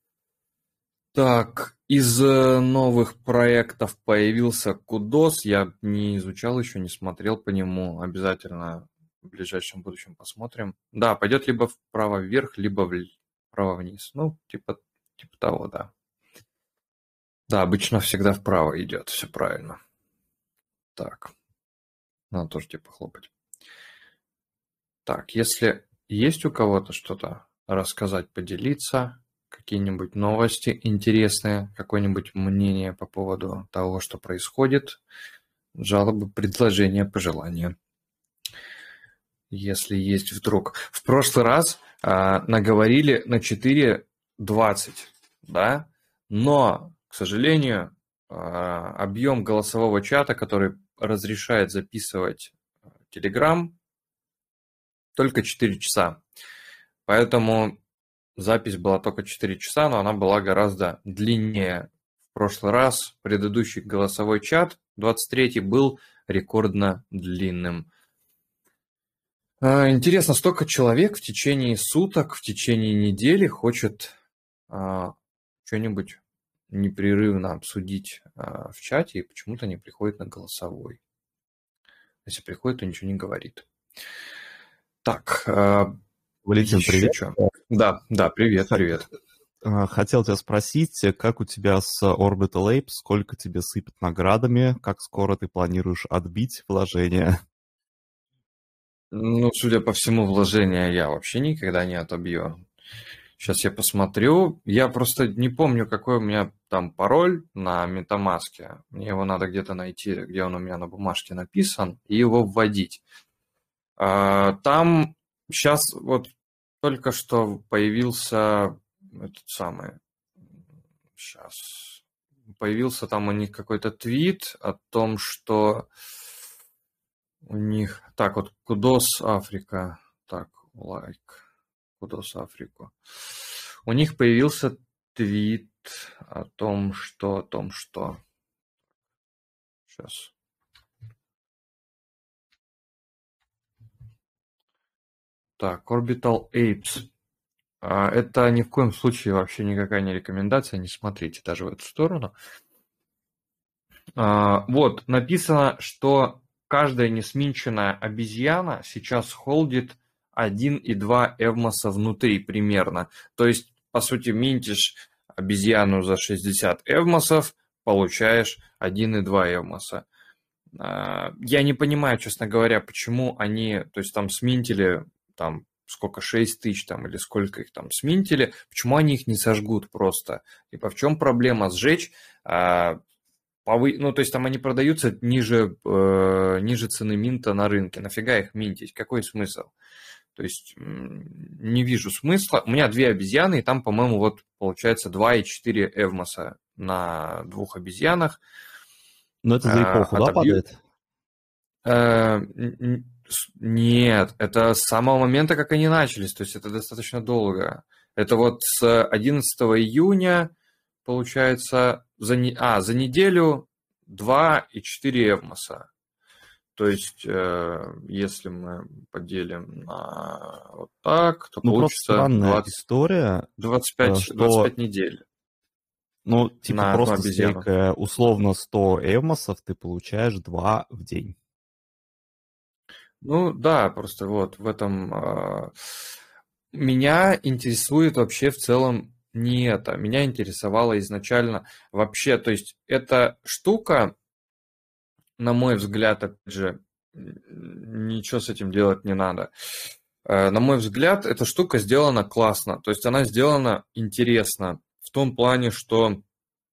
Так, из новых проектов появился Кудос. Я не изучал еще, не смотрел по нему. Обязательно в ближайшем будущем посмотрим. Да, пойдет либо вправо вверх, либо вправо вниз. Ну, типа того, да. Да, обычно всегда вправо идет, все правильно. Так, надо тоже типа хлопать. Так, если есть у кого-то что-то рассказать, поделиться, какие-нибудь новости интересные, какое-нибудь мнение по поводу того, что происходит, жалобы, предложения, пожелания. Если есть вдруг. В прошлый раз наговорили на 4.20, да, но, к сожалению, объем голосового чата, который разрешает записывать Telegram, только 4 часа. Поэтому запись была только 4 часа, но она была гораздо длиннее. В прошлый раз предыдущий голосовой чат, 23-й, был рекордно длинным. Интересно, столько человек в течение суток, в течение недели хочет что-нибудь непрерывно обсудить в чате и почему-то не приходит на голосовой. Если приходит, то ничего не говорит. Так, Валентин, привет. Что? Да, привет. Хотел тебя спросить, как у тебя с Orbital Ape, сколько тебе сыпят наградами, как скоро ты планируешь отбить вложения? Ну, судя по всему, вложения я вообще никогда не отобью. Сейчас я посмотрю. Я просто не помню, какой у меня там пароль на MetaMask. Мне его надо где-то найти, где он у меня на бумажке написан, и его вводить. Там сейчас вот только что появился этот самый... Сейчас... Появился там у них какой-то твит о том, что У них... Так, вот Кудос Африка. Так, лайк. Кудос Африку. У них появился твит о том, что... Сейчас. Так, Orbital Apes. Это ни в коем случае вообще никакая не рекомендация, не смотрите даже в эту сторону. Вот, написано, что каждая несминченная обезьяна сейчас холдит 1,2 эвмоса внутри примерно. То есть, по сути, минтишь обезьяну за 60 эвмосов, получаешь 1,2 эвмоса. Я не понимаю, честно говоря, почему они, то есть там сминтили, там сколько, 6 тысяч там или сколько их там сминтили, почему они их не сожгут просто? Типа в чем проблема сжечь? Ну, то есть там они продаются ниже цены минта на рынке. Нафига их минтить? Какой смысл? То есть не вижу смысла. У меня 2 обезьяны, и там, по-моему, вот получается 2,4 эвмоса на 2 обезьянах. Но это за эпоху, да, падает? Нет, это с самого момента, как они начались, то есть это достаточно долго. Это вот с 11 июня, получается, за неделю 2,4 эвмоса. То есть, если мы поделим на вот так, то получится странная история, 25 недель. Ну, типа просто стейкая условно 100 эвмосов, ты получаешь 2 в день. Ну да, просто вот в этом... Меня интересует вообще в целом не это. Меня интересовало изначально вообще, то есть эта штука, на мой взгляд, опять же, ничего с этим делать не надо. На мой взгляд, эта штука сделана классно, то есть она сделана интересно. В том плане, что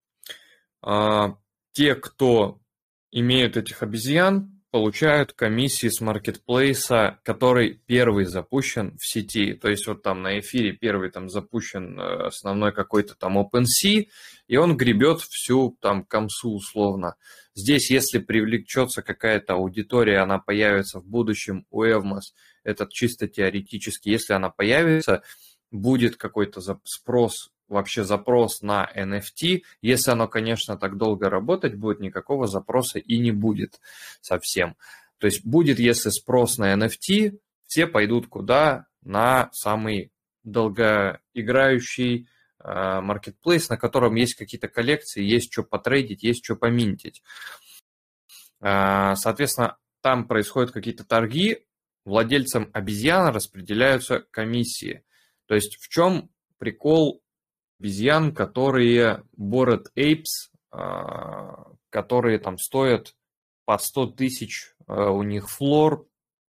те, кто имеют этих обезьян, получают комиссии с маркетплейса, который первый запущен в сети. То есть вот там на эфире первый там запущен основной какой-то там OpenSea, и он гребет всю там комсу условно. Здесь, если привлечется какая-то аудитория, она появится в будущем у Evmos, это чисто теоретически, если она появится, будет какой-то спрос, вообще запрос на NFT. Если оно, конечно, так долго работать будет, никакого запроса и не будет совсем. То есть будет, если спрос на NFT, все пойдут куда? На самый долгоиграющий маркетплейс, на котором есть какие-то коллекции, есть что потрейдить, есть что поминтить. Соответственно, там происходят какие-то торги, владельцам обезьян распределяются комиссии. То есть в чем прикол обезьян, которые Bored Apes, которые там стоят по 100 тысяч, у них флор.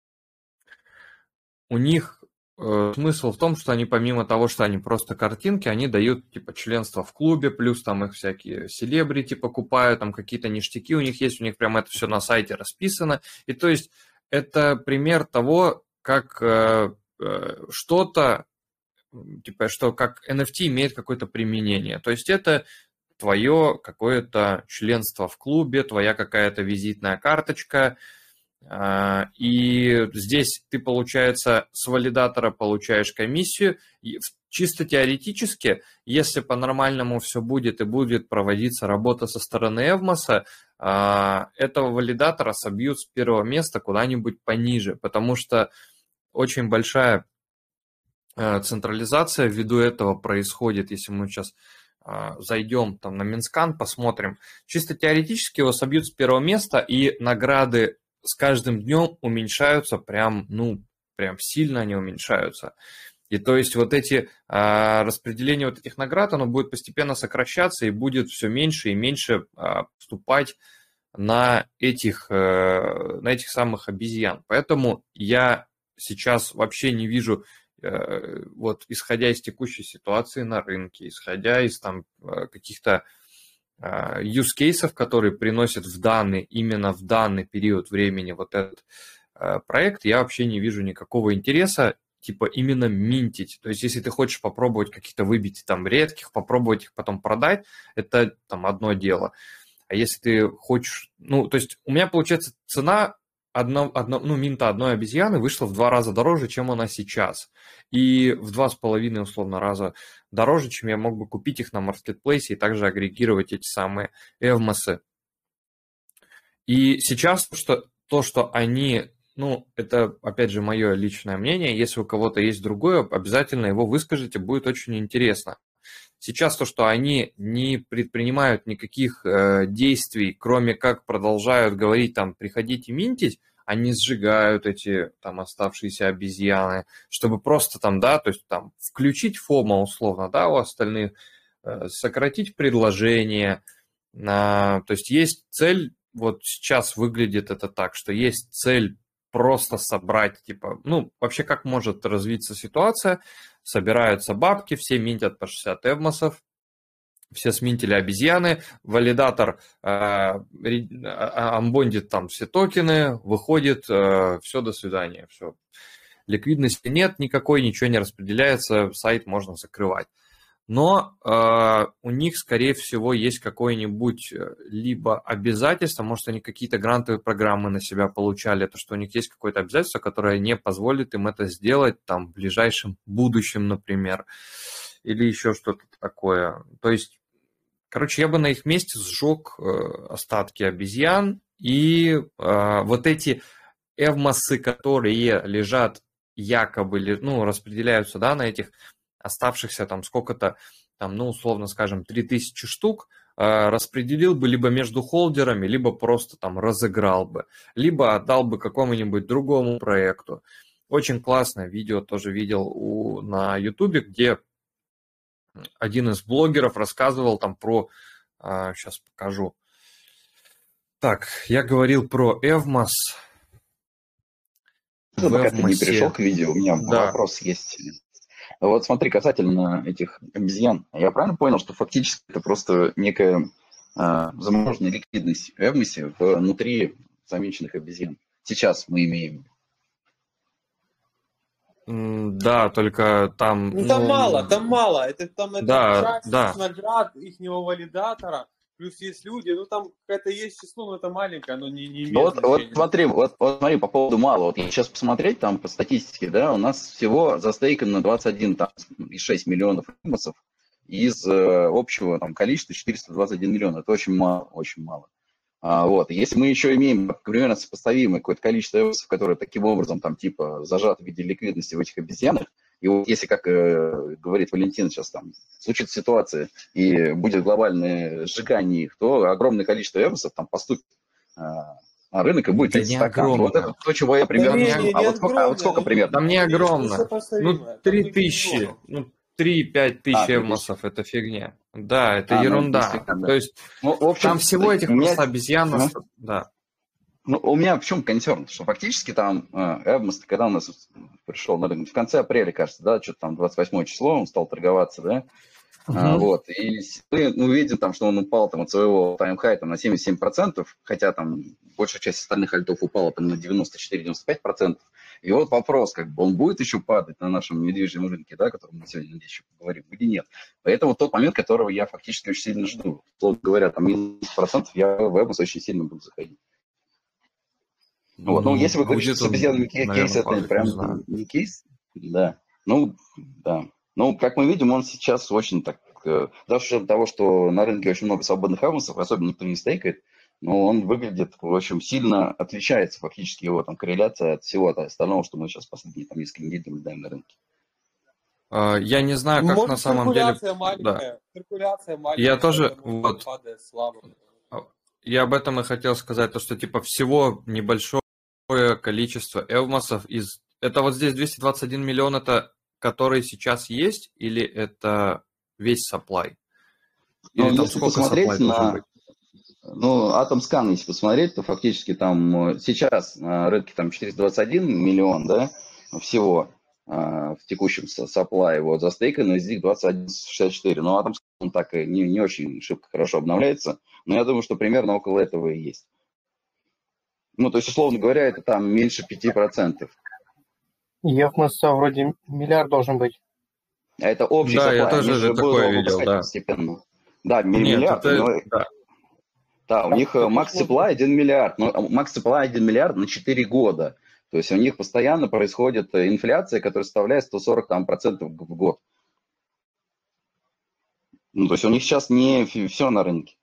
У них смысл в том, что они помимо того, что они просто картинки, они дают типа членство в клубе, плюс там их всякие селебрити покупают, там какие-то ништяки у них есть, у них прям это все на сайте расписано. И то есть это пример того, как что-то, типа, что как NFT имеет какое-то применение. То есть это твое какое-то членство в клубе, твоя какая-то визитная карточка. И здесь ты, получается, с валидатора получаешь комиссию. И чисто теоретически, если по-нормальному все будет и будет проводиться работа со стороны Evmos, этого валидатора собьют с первого места куда-нибудь пониже, потому что очень большая централизация ввиду этого происходит. Если мы сейчас зайдем там на Минскан, посмотрим, чисто теоретически его собьют с первого места, и награды с каждым днем уменьшаются, прям сильно они уменьшаются. И то есть вот эти распределение вот этих наград, оно будет постепенно сокращаться и будет все меньше и меньше поступать на этих самых обезьян. Поэтому я сейчас вообще не вижу, вот исходя из текущей ситуации на рынке, исходя из там каких-то use cases, которые приносят именно в данный период времени вот этот проект, я вообще не вижу никакого интереса типа именно минтить. То есть если ты хочешь попробовать каких-то выбить там редких, попробовать их потом продать, это там одно дело. А если ты хочешь, то есть у меня получается цена минта одной обезьяны вышла в 2 раза дороже, чем она сейчас. И в 2,5 условно раза дороже, чем я мог бы купить их на маркетплейсе и также агрегировать эти самые эвмосы. И сейчас то, что они, это, опять же, мое личное мнение, если у кого-то есть другое, обязательно его выскажите, будет очень интересно. Сейчас то, что они не предпринимают никаких действий, кроме как продолжают говорить, там, приходите минтить, они сжигают эти там оставшиеся обезьяны, чтобы просто там, да, то есть там включить фома условно, да, у остальных, сократить предложение. То есть есть цель, вот сейчас выглядит это так, что есть цель просто собрать, типа, вообще как может развиться ситуация, собираются бабки, все минтят по 60 эвмосов, все сминтили обезьяны, валидатор амбондит там все токены, выходит, все, до свидания, все. Ликвидности нет никакой, ничего не распределяется, сайт можно закрывать. Но у них, скорее всего, есть какое-нибудь либо обязательство, может, они какие-то грантовые программы на себя получали, то, что у них есть какое-то обязательство, которое не позволит им это сделать там в ближайшем будущем, например, или еще что-то такое. То есть, короче, я бы на их месте сжег остатки обезьян, и вот эти эвмосы, которые лежат якобы, распределяются, да, на этих оставшихся там сколько-то, там, условно скажем, 3000 штук, распределил бы либо между холдерами, либо просто там разыграл бы, либо отдал бы какому-нибудь другому проекту. Очень классное видео тоже видел на YouTube, где один из блогеров рассказывал там про... Сейчас покажу. Так, я говорил про Эвмос. Пока ты не перешел к видео, у меня вопрос есть. Вот смотри, касательно этих обезьян, я правильно понял, что фактически это просто некая замороженная ликвидность в Эвмосе внутри замеченных обезьян? Сейчас мы имеем. Да, только там... Там мало. Это часть да. наград ихнего валидатора. Плюс есть люди, там какое-то есть число, но это маленькое, оно не имеет значения. Вот смотри, по поводу мало. Вот я сейчас посмотреть там по статистике, да, у нас всего застейкано 21,6 миллионов эвмосов из общего там количества 421 миллион. Это очень мало. Если мы еще имеем примерно сопоставимое какое-то количество эвмосов, которые таким образом там типа зажаты в виде ликвидности в этих обезьянах, и вот если, как говорит Валентин, сейчас там случится ситуация и будет глобальное сжигание их, то огромное количество эвмосов там поступит на рынок и будет стакан. Вот это то, чего я примерно... Вот сколько примерно? Там не огромно. 3000, 3-5 тысяч эвмосов, это фигня. Да, это ерунда. То есть там всего этих просто обезьян... Да. У меня в чем консерн, что фактически там Эвмос, когда у нас пришел на рынок, в конце апреля, кажется, да, что-то там 28 число, он стал торговаться, да, и мы видим там, что он упал там от своего тайм-хай на 77%, хотя там большая часть остальных альтов упала там на 94-95%, и вот вопрос, он будет еще падать на нашем недвижимом рынке, да, о котором мы сегодня, надеюсь, еще поговорим, или нет. Поэтому тот момент, которого я фактически очень сильно жду. Словно говоря, там минус процентов я в Эвмос очень сильно буду заходить. Если вы говорите, что с обезьянами кейс, это прям не кейс, да. Как мы видим, он сейчас очень так, за счет того, что на рынке очень много свободных эвмосов, особенно никто не стейкает, но он выглядит, в общем, сильно отличается фактически его там корреляция от всего остального, что мы сейчас последние там несколько недель наблюдаем на рынке. Я не знаю, как на самом деле... Циркуляция маленькая. Я тоже... Падает слабо. Я об этом и хотел сказать, то, что типа всего небольшое количество эвмосов из... Это вот здесь 221 миллион, это который сейчас есть, или это весь supply? Или там сколько supply должен быть? AtomScan, если посмотреть, то фактически там сейчас на рынке там 421 миллион, да, всего в текущем supply вот застейкано, из них 21,64. Но AtomScan он так и не очень шибко хорошо обновляется, но я думаю, что примерно около этого и есть. То есть, условно говоря, это там меньше 5%. Эвмос вроде миллиард должен быть. А это общий supply. Я тоже такое видел, да. Постепенно. Да, миллиард. Да, у них max supply 1 миллиард, но max supply 1 миллиард на 4 года. То есть у них постоянно происходит инфляция, которая составляет 140 там, процентов в год. Ну, то есть у них сейчас не все на рынке.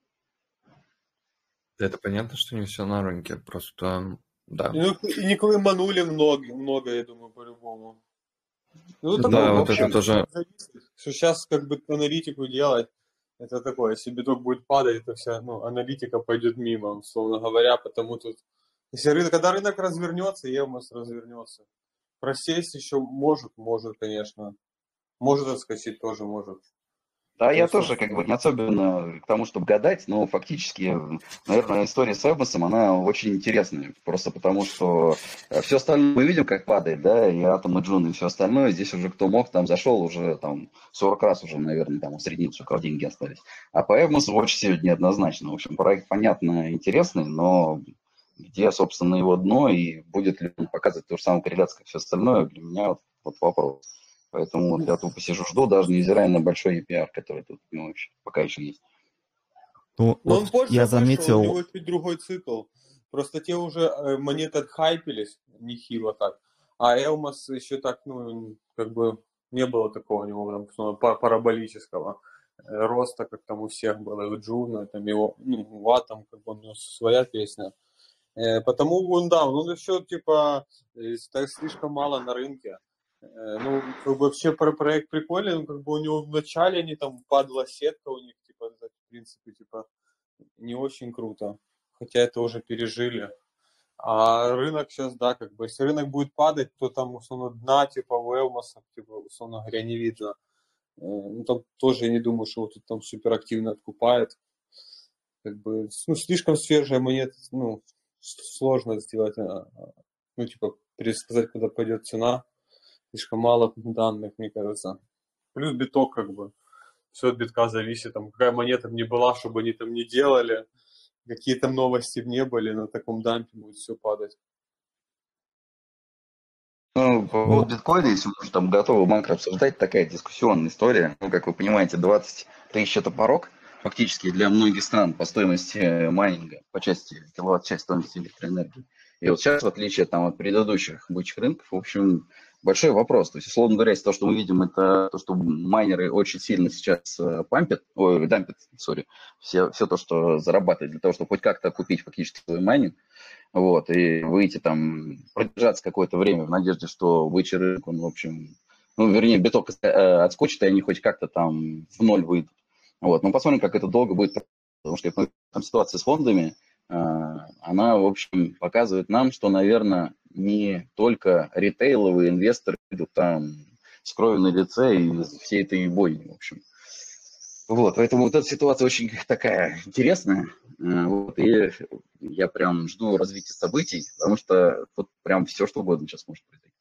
Это понятно, что не все на рынке, просто, да. Ну, и не клейманули много, я думаю, по-любому. Ну, Да, такое, вот это тоже. Что сейчас как бы аналитику делать, это такое, если биток будет падать, то вся аналитика пойдет мимо, условно говоря, потому тут, если когда рынок развернется, EMS развернется. Просесть еще может, конечно. Может отскочить тоже может. Да, я тоже как бы не особенно к тому, чтобы гадать, но фактически, наверное, история с Эвмосом, она очень интересная. Просто потому, что все остальное мы видим, как падает, да, и Атом, и Джун, и все остальное. Здесь уже кто мог, там зашел уже там 40 раз уже, наверное, там усреднился, у кого деньги остались. А по Эвмосу очень все неоднозначно. В общем, проект, понятно, интересный, но где, собственно, его дно, и будет ли он показывать ту же самую корреляцию, как все остальное, для меня вот вопрос. Поэтому вот я тут посижу, жду, даже невзирая на большой EPR, который тут пока еще есть. Ну, он позже я заметил... у него чуть другой цикл. Просто те уже монеты отхайпились, нехило так. А Элмос еще так, как бы не было такого у него там, параболического роста, как там у всех было, у Джуна, там его, у Атом, как бы у него своя песня. Потому он еще, типа, слишком мало на рынке. Ну, как бы вообще проект прикольный, но как бы у него вначале они там падала сетка у них, типа, в принципе, типа, не очень круто. Хотя это уже пережили. А рынок сейчас, да, как бы, если рынок будет падать, то там, условно, дна, типа, у Элмоса, типа, условно говоря, не видно. Ну, там тоже я не думаю, что вот тут там супер активно откупает. Как бы, слишком свежая монета, сложно сделать, типа, предсказать, куда пойдет цена. Слишком мало данных, мне кажется. Плюс биток, как бы. Все от битка зависит. Там, какая монета бы ни была, чтобы они там не делали. Какие там новости бы не были, на таком дампе будет все падать. Ну, по поводу биткоина, если мы уже там готовы банкрот обсуждать, такая дискуссионная история. Ну, как вы понимаете, 20 тысяч это порог фактически для многих стран по стоимости майнинга, по части киловатт-час стоимости электроэнергии. И вот сейчас, в отличие там, от предыдущих бычьих рынков, в общем, большой вопрос. То есть, условно говоря, то, что мы видим, это то, что майнеры очень сильно сейчас дампят, все то, что зарабатывают для того, чтобы хоть как-то купить фактически свой майнинг, вот, и выйти там, продержаться какое-то время в надежде, что бычий рынок, он, в общем, вернее, биток отскочит, и они хоть как-то там в ноль выйдут. Вот, посмотрим, как это долго будет, потому что там ситуация с фондами, она, в общем, показывает нам, что, наверное, не только ритейловые инвесторы идут там с кровью на лице и всей этой бойни, в общем. Вот, поэтому вот эта ситуация очень такая интересная, вот, и я прям жду развития событий, потому что тут прям все, что угодно сейчас может произойти.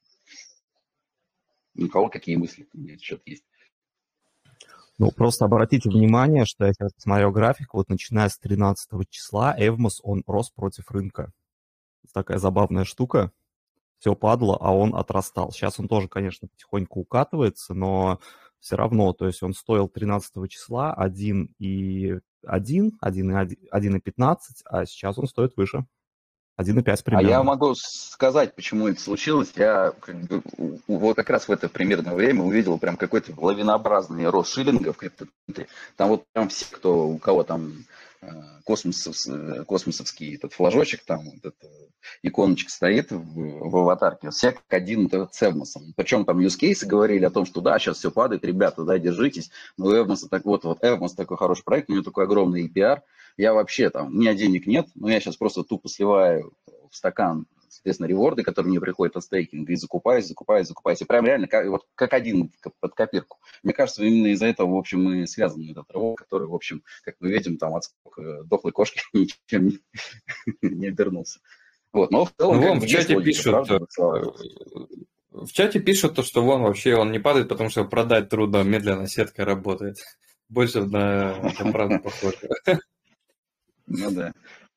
У кого какие мысли у меня что-то есть? Ну, просто обратите внимание, что я сейчас посмотрел график, вот начиная с 13 числа, Эвмос, он рос против рынка. Такая забавная штука. Все падало, а он отрастал. Сейчас он тоже, конечно, потихоньку укатывается, но все равно, то есть он стоил 13 числа 1,1, 1,15, а сейчас он стоит выше. 1,5 примерно. А я могу сказать, почему это случилось. Я вот как раз в это примерное время увидел прям какой-то лавинообразный рост шиллинга в криптоцентре. Там вот прям все, у кого там космосовский этот флажочек, там вот эта иконочка стоит в аватарке, все как один с Эвмосом. Причем там юзкейсы говорили о том, что да, сейчас все падает, ребята, да, держитесь. Но у Эвмоса Эвмос такой хороший проект, у него такой огромный EPR. Я вообще там, у меня денег нет, но я сейчас просто тупо сливаю в стакан, соответственно, реворды, которые мне приходят от стейкинга, и закупаюсь. И прям реально как один под копирку. Мне кажется, именно из-за этого, в общем, и связан этот рывок, который, в общем, как мы видим, там от дохлой кошки ничем не обернулся. Вот, но в целом... в чате пишут... В чате пишут, что вообще он не падает, потому что продать трудно, медленно сетка работает. Больше на правду похоже. Ну да.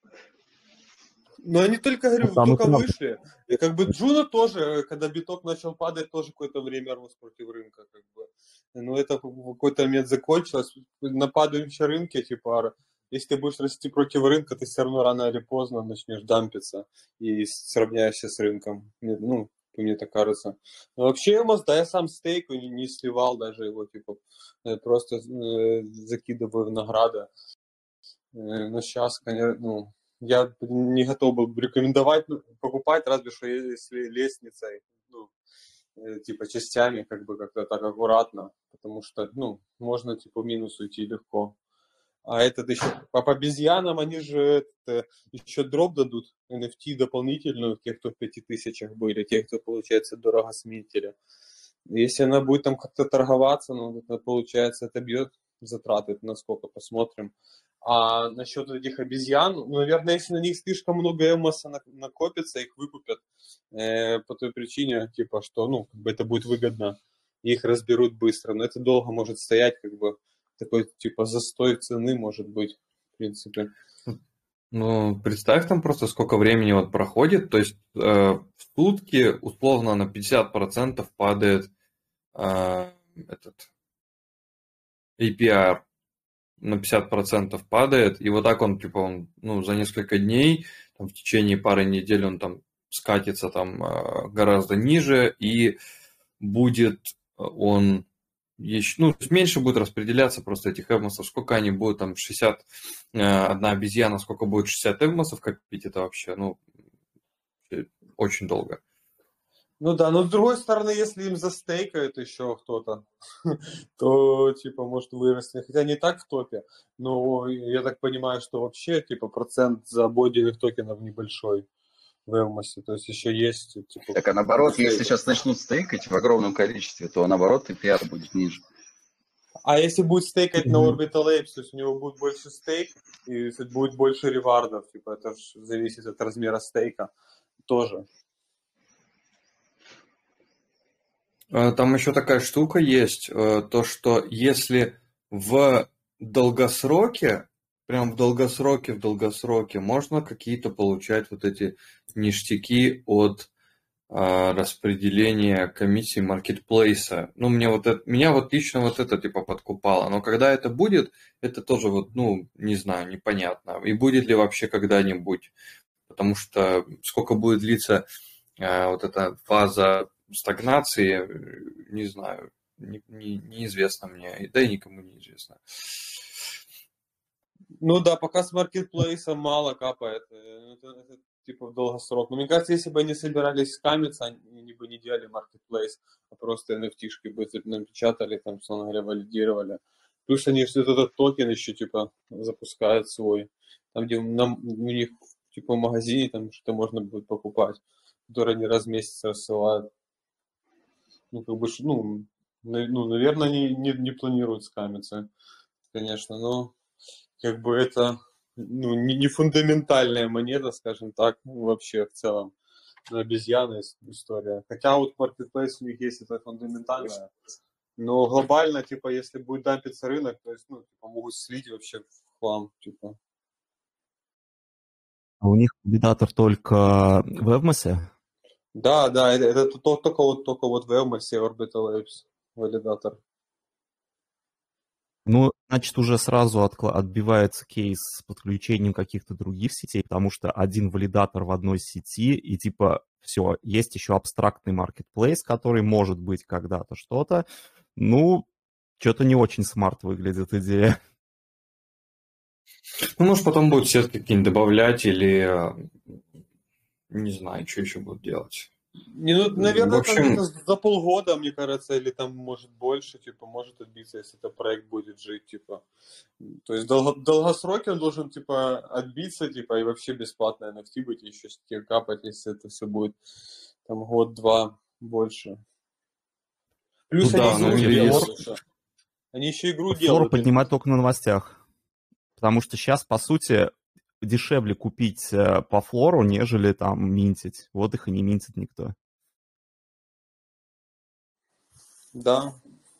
Но они только, говорю, только вышли. И как бы Джуна тоже, когда биток начал падать, тоже какое-то время рос против рынка. Как бы. Но это в какой-то момент закончилось. На падающем рынке, типа, если ты будешь расти против рынка, ты все равно рано или поздно начнешь дампиться и сравняешься с рынком. Ну, мне так кажется. Но вообще, да, я сам стейк не сливал даже его, типа, просто закидываю в награды. Но сейчас, конечно, ну, я не готов был бы рекомендовать покупать, разве что если лестницей, ну, типа частями, как бы как-то так аккуратно, потому что, ну, можно типа в минус уйти легко. А этот еще по обезьянам, они же еще дроп дадут, NFT дополнительную, тех, кто в 5000 были, тех, кто, получается, дорого сметили. Если она будет там как-то торговаться, ну, это, получается, это бьет затраты, насколько посмотрим. А насчет этих обезьян, ну, наверное, если на них слишком много эмоса накопится, их выкупят по той причине, типа, что, ну, как бы это будет выгодно, их разберут быстро, но это долго может стоять, как бы, такой, типа, застой цены может быть, в принципе. Ну, представь там просто, сколько времени вот проходит, то есть в сутки условно на 50% падает этот APR, на 50% падает, и вот так он, типа, он, ну, за несколько дней, там, в течение пары недель он там скатится там гораздо ниже, и будет он еще, ну, меньше будет распределяться просто этих эвмосов, сколько они будут, там, 60, одна обезьяна, сколько будет 60 эвмосов копить, это вообще, ну, очень долго. Ну да, но с другой стороны, если им застейкают еще кто-то, то, типа, может вырасти. Хотя не так в топе, но я так понимаю, что вообще, типа, процент забойденных токенов небольшой в Эвмосе. То есть еще есть, типа... Так, а наоборот, если сейчас начнут стейкать в огромном количестве, то наоборот APR будет ниже. А если будет стейкать на Orbital Apes, то есть у него будет больше стейк, и будет больше ревардов, типа, это зависит от размера стейка тоже. Там еще такая штука есть, то что если в долгосроке, прям в долгосроке можно какие-то получать вот эти ништяки от распределения комиссии маркетплейса. Ну, меня вот лично вот это типа подкупало. Но когда это будет, это тоже вот, ну, не знаю, непонятно. И будет ли вообще когда-нибудь. Потому что сколько будет длиться вот эта фаза стагнации, не знаю, неизвестно мне, да и никому не известно. Ну да, пока с маркетплейса мало капает, это типа в долгосрок. Но мне кажется, если бы они собирались скамиться, они бы не делали маркетплейс, а просто NFT-шки бы напечатали, там, словно говоря, валидировали. Плюс они что-то этот токен еще типа запускают свой, там где у них типа в магазине там что-то можно будет покупать, которые они раз в месяц рассылают. Ну, как бы, ну, наверное, они не планируют скамиться, конечно, но как бы это, ну, не фундаментальная монета, скажем так, вообще в целом. Обезьяна история. Хотя вот Marketplace у них есть, это фундаментальная. Но глобально, типа, если будет дампиться рынок, то есть, ну, типа, могут слить вообще в хлам, типа. А у них валидатор только в Эвмосе? Да, это только вот в Эвмосе Orbital Apes валидатор. Ну, значит, уже сразу отбивается кейс с подключением каких-то других сетей, потому что один валидатор в одной сети, и типа все, есть еще абстрактный маркетплейс, который может быть когда-то что-то. Ну, что-то не очень смарт выглядит идея. Ну, может, потом будут сетки какие-нибудь добавлять или не знаю, что еще будут делать. Ну, наверное, в общем... там где-то за полгода, мне кажется, или там может больше, типа, может отбиться, если этот проект будет жить, типа. То есть в долгосроке он должен, типа, отбиться, типа, и вообще бесплатно NFT быть, и еще стикер капать, если это все будет там год-два больше. Плюс ну, они да, игру делают. Они еще игру делают. Флор поднимать только на новостях. Потому что сейчас, по сути, дешевле купить по флору, нежели там минтить. Вот их и не минтит никто. Да.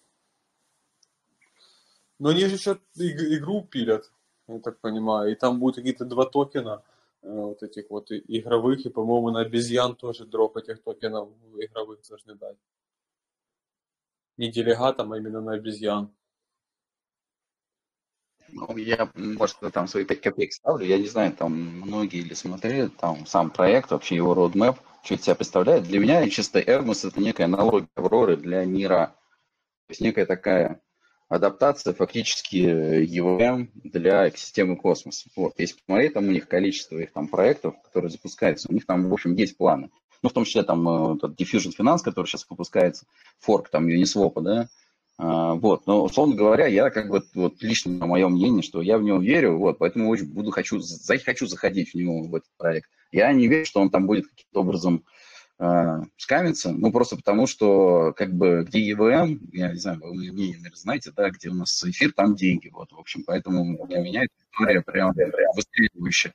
Но они же еще игру пилят, я так понимаю. И там будут какие-то 2 токена вот этих вот игровых. И, по-моему, на обезьян тоже дроп этих токенов игровых должны дать. Не делегатам, а именно на обезьян. Ну, я, может, там свои 5 копеек ставлю. Я не знаю, там многие ли смотрели, там сам проект, вообще его roadmap, что из себя представляет. Для меня чисто Hermes это некая аналогия Авроры для мира. То есть некая такая адаптация фактически EVM для экосистемы космоса. Вот. Если посмотреть, там у них количество их там проектов, которые запускаются, у них там, в общем, есть планы. Ну, в том числе там этот Diffusion Finance, который сейчас выпускается, форк там Uniswap, да. Вот, но, условно говоря, я как бы, вот лично мое мнение, что я в него верю, вот, поэтому очень хочу заходить в него, в этот проект. Я не верю, что он там будет каким-то образом скамиться, ну, просто потому, что, как бы, где EVM, я не знаю, вы мнение, наверное, знаете, да, где у нас эфир, там деньги, вот, в общем, поэтому для меня эта история прям выстреливающая.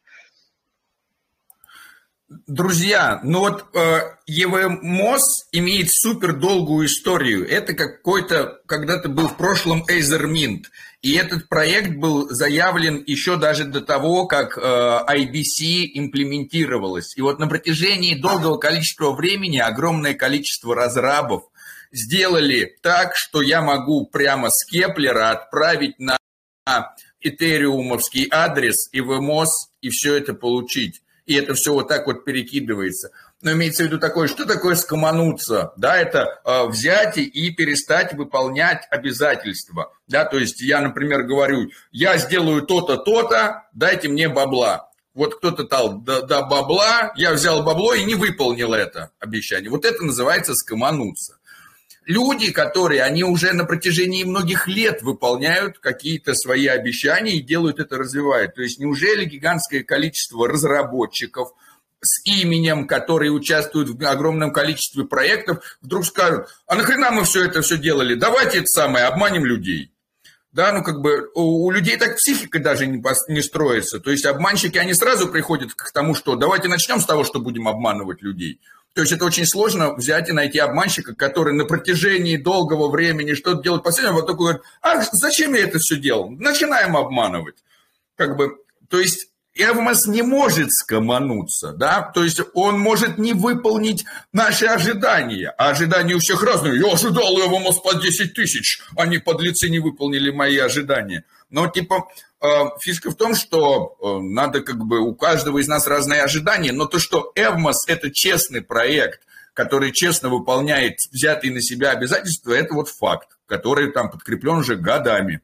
Друзья, ну вот EVMOS имеет супер долгую историю. Это какой-то, когда-то был в прошлом Ethermint. И этот проект был заявлен еще даже до того, как IBC имплементировалась. И вот на протяжении долгого количества времени огромное количество разрабов сделали так, что я могу прямо с Кеплера отправить на этериумовский адрес EVMOS и все это получить. И это все вот так вот перекидывается. Но имеется в виду такое, что такое скомануться? Да, это взять и перестать выполнять обязательства. Да, то есть я, например, говорю, я сделаю то-то, то-то, дайте мне бабла. Вот кто-то дал бабла, я взял бабло и не выполнил это обещание. Вот это называется скомануться. Люди, которые, они уже на протяжении многих лет выполняют какие-то свои обещания и делают это, развивают. То есть неужели гигантское количество разработчиков с именем, которые участвуют в огромном количестве проектов, вдруг скажут, а нахрена мы все это делали, давайте это самое, обманем людей. Да, ну как бы у людей так психика даже не строится. То есть обманщики, они сразу приходят к тому, что давайте начнем с того, что будем обманывать людей. То есть это очень сложно взять и найти обманщика, который на протяжении долгого времени что-то делает последнее, вот такой говорит, а зачем я это все делал? Начинаем обманывать. Как бы, то есть Hermes не может скомануться, да, то есть он может не выполнить наши ожидания, а ожидания у всех разные. Я ожидал Hermes по 10 тысяч, они подлецы не выполнили мои ожидания. Но типа фишка в том, что надо как бы у каждого из нас разные ожидания, но то, что Hermes это честный проект, который честно выполняет взятые на себя обязательства, это вот факт, который там подкреплен уже годами.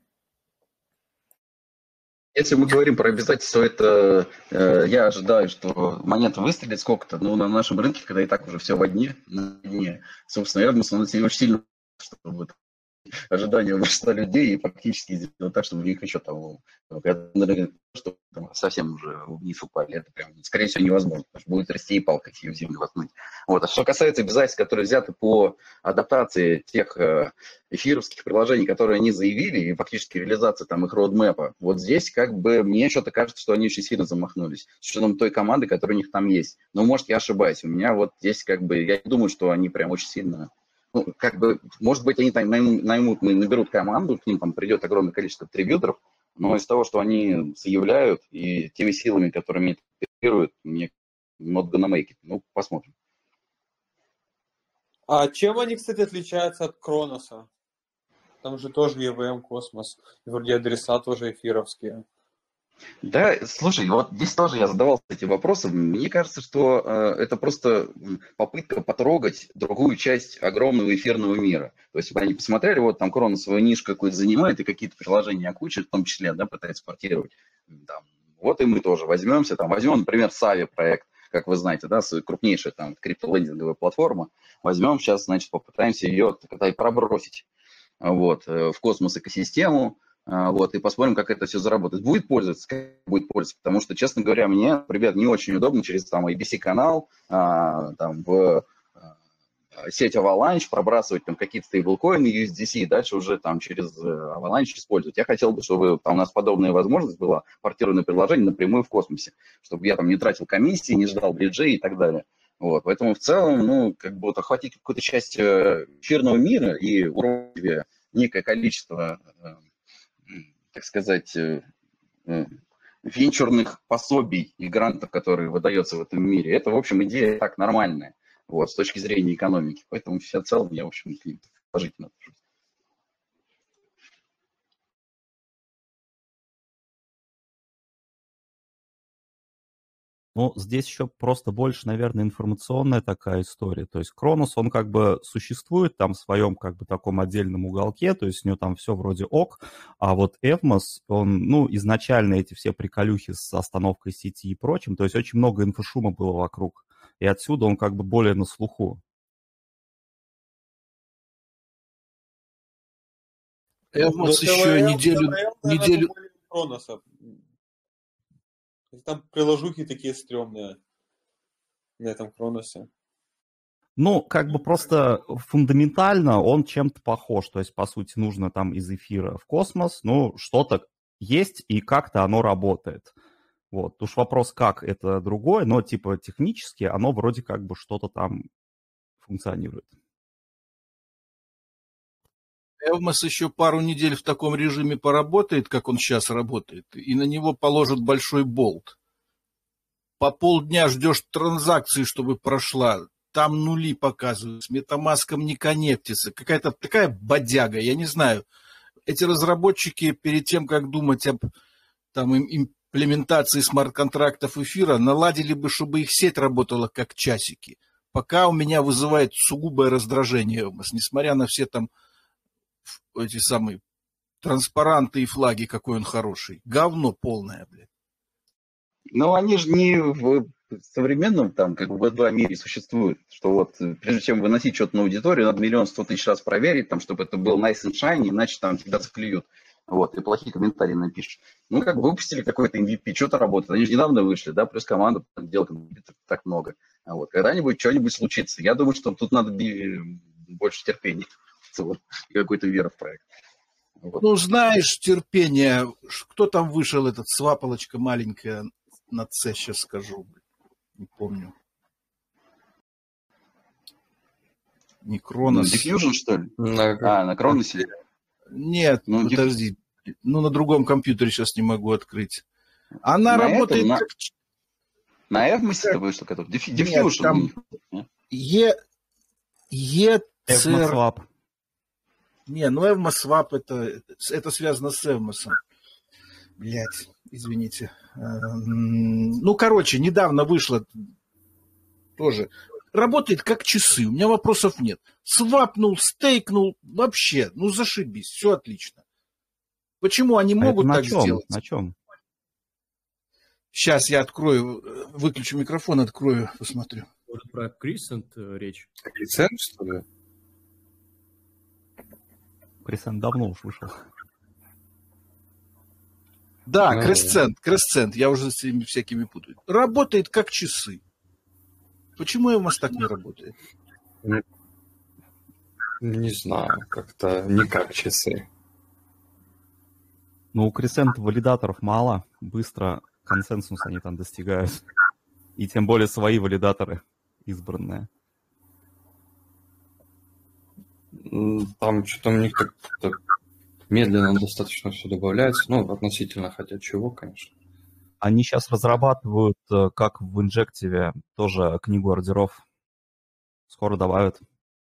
Если мы говорим про обязательства, это я ожидаю, что монета выстрелит сколько-то, но на нашем рынке, когда и так уже все на дне, собственно, Hermes, он очень сильно, чтобы ожидания большинства людей и фактически сделать так, чтобы у них еще там, что совсем уже вниз упали. Это прям, скорее всего, невозможно, потому что будет расти и палка в землю воткнуть. Вот. А что касается обязательств, которые взяты по адаптации тех эфировских приложений, которые они заявили, и фактически реализация там их роудмэпа, вот здесь как бы мне что-то кажется, что они очень сильно замахнулись, с учетом той команды, которая у них там есть. Но, может, я ошибаюсь. У меня вот здесь как бы, я не думаю, что они прям очень сильно... Ну, как бы, может быть, они там наберут команду, к ним там придет огромное количество контрибьюторов, но из того, что они заявляют, и теми силами, которыми оперируют, мне not gonna make it. Ну, посмотрим. А чем они, кстати, отличаются от Кроноса? Там же тоже EVM Космос, и вроде адреса тоже эфировские. Да, слушай, вот здесь тоже я задавался этим вопросом. Мне кажется, что это просто попытка потрогать другую часть огромного эфирного мира. То есть, если они посмотрели, вот там Кронос свою нишу какую-то занимает, и какие-то приложения окучивает, в том числе, да, пытается портировать. Там, вот и мы тоже возьмемся, там, возьмем, например, Savi проект, как вы знаете, да, крупнейшая там криптолендинговая платформа. Возьмем сейчас, значит, попытаемся ее тогда и пробросить вот, в космос экосистему. Вот, и посмотрим, как это все заработает. Будет пользоваться, потому что, честно говоря, мне, ребят, не очень удобно через там ABC-канал, там в сеть Avalanche пробрасывать там какие-то стейблкоины USDC и дальше уже там через Avalanche использовать. Я хотел бы, чтобы там у нас подобная возможность была, портированное приложение напрямую в космосе, чтобы я там не тратил комиссии, не ждал бриджей и так далее. Вот, поэтому в целом, ну, как бы вот охватить какую-то часть эфирного мира и уровня себе некое количество, так сказать, венчурных пособий и грантов, которые выдаются в этом мире, это, в общем, идея так нормальная, вот, с точки зрения экономики. Поэтому в целом я, в общем, положительно отношусь. Ну, здесь еще просто больше, наверное, информационная такая история. То есть Кронос, он как бы существует там в своем как бы таком отдельном уголке, то есть у него там все вроде ок, а вот Эвмос, он, ну, изначально эти все приколюхи с остановкой сети и прочим, то есть очень много инфошума было вокруг, и отсюда он как бы более на слуху. Эвмос еще неделю... Кроноса. Там приложухи такие стрёмные на этом Кроносе. Ну, как бы просто фундаментально он чем-то похож. То есть, по сути, нужно там из эфира в космос, ну, что-то есть и как-то оно работает. Вот. Уж вопрос, как, это другое, но типа технически оно вроде как бы что-то там функционирует. Эвмос еще пару недель в таком режиме поработает, как он сейчас работает, и на него положат большой болт. По полдня ждешь транзакции, чтобы прошла. Там нули показывают, с метамаском не коннектится. Какая-то такая бодяга, я не знаю. Эти разработчики перед тем, как думать об там, имплементации смарт-контрактов эфира, наладили бы, чтобы их сеть работала как часики. Пока у меня вызывает сугубое раздражение Эвмос, несмотря на все там эти самые транспаранты и флаги, какой он хороший. Говно полное, блядь. Но они же не в современном, там, как бы в V2 мире существуют, что вот прежде чем выносить что-то на аудиторию, надо 1 100 000 раз проверить, там, чтобы это был nice and shiny, иначе там тебя заклюют. Вот, и плохие комментарии напишешь. Ну, как бы выпустили какой-то MVP, что-то работает. Они же недавно вышли, да, плюс команда делает так много. Вот, когда-нибудь что-нибудь случится. Я думаю, что тут надо больше терпения в целом и какой-то веры в проект. Вот. Ну, знаешь, терпение. Кто там вышел, этот свапалочка маленькая на C, сейчас скажу. Не помню. Не Кронос. Diffusion, что ли? На Кроносе? Нет, ну, подожди. Ну, на другом компьютере сейчас не могу открыть. Она работает как... На Эвмосе вышло, который Diffusion. Эвмосвап. Не, ну Эвмосвап это связано с Эвмосом. Блять, извините. Ну, короче, недавно вышло тоже. Работает как часы, у меня вопросов нет. Свапнул, стейкнул, вообще, ну зашибись, все отлично. Почему они могут так сделать? На чем? Сейчас я открою, выключу микрофон, открою, посмотрю. Про Crescent речь. Crescent, что ли? Crescent давно уж вышел. Да, Crescent, я уже с этими всякими путаю. Работает как часы. Почему Эвмос так не работает? Не знаю, как-то не как часы. Ну, у Crescent валидаторов мало, быстро консенсус они там достигают. И тем более свои валидаторы избранные. Там что-то у них так медленно достаточно все добавляется. Ну, относительно хотя чего, конечно. Они сейчас разрабатывают, как в Инжективе, тоже книгу ордеров. Скоро добавят.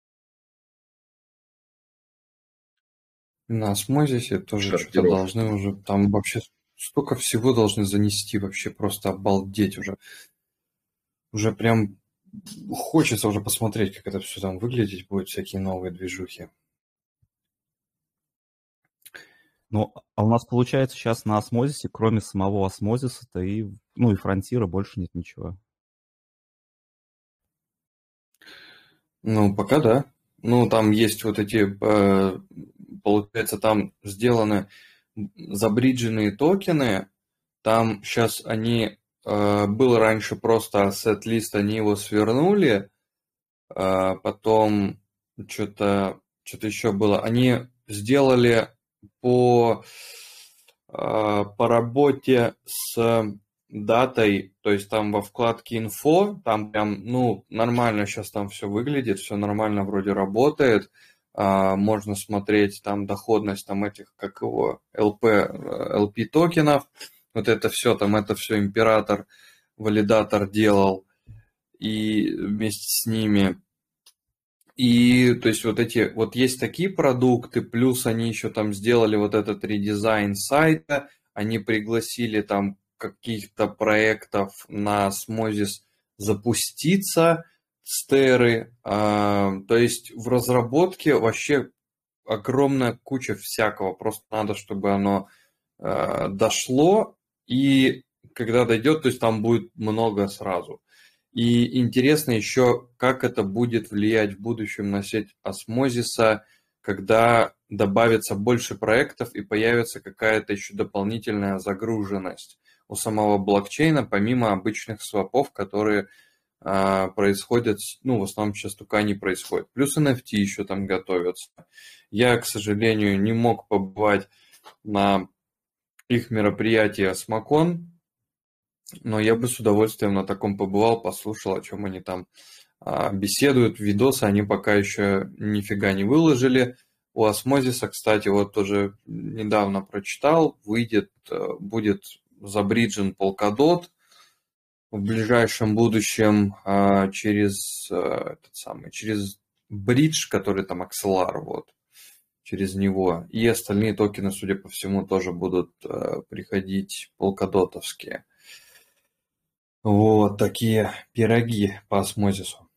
На Осмозисе тоже что-то должны уже... Там вообще столько всего должны занести. Вообще просто обалдеть уже. Уже прям хочется уже посмотреть, как это все там выглядеть будет, всякие новые движухи. Ну, а у нас получается сейчас на Осмозисе, кроме самого Осмозиса-то и Фронтира больше нет ничего. Ну, пока да. Ну, там есть вот эти, получается, там сделаны забридженные токены. Там сейчас они, был раньше просто сет-лист, они его свернули. Потом что-то еще было. Они сделали по работе с датой, то есть там во вкладке инфо, там прям, нормально сейчас там все выглядит, все нормально вроде работает, можно смотреть там доходность там этих, как его, LP токенов, вот это все император, валидатор делал, и вместе с ними. И, то есть, вот есть такие продукты, плюс они еще там сделали вот этот редизайн сайта, они пригласили там каких-то проектов на Osmosis запуститься, стейры. То есть в разработке вообще огромная куча всякого. Просто надо, чтобы оно дошло, и когда дойдет, то есть там будет много сразу. И интересно еще, как это будет влиять в будущем на сеть Osmosis, когда добавится больше проектов и появится какая-то еще дополнительная загруженность у самого блокчейна, помимо обычных свапов, которые происходят, ну, в основном сейчас только они происходят. Плюс NFT еще там готовятся. Я, к сожалению, не мог побывать на их мероприятии Осмокон, но я бы с удовольствием на таком побывал, послушал, о чем они там беседуют. Видосы они пока еще нифига не выложили. У Осмозиса, кстати, вот тоже недавно прочитал, будет забриджен Polkadot в ближайшем будущем через через бридж, который там Axelar, вот, через него. И остальные токены, судя по всему, тоже будут приходить полкадотовские. Вот такие пироги по осмозису.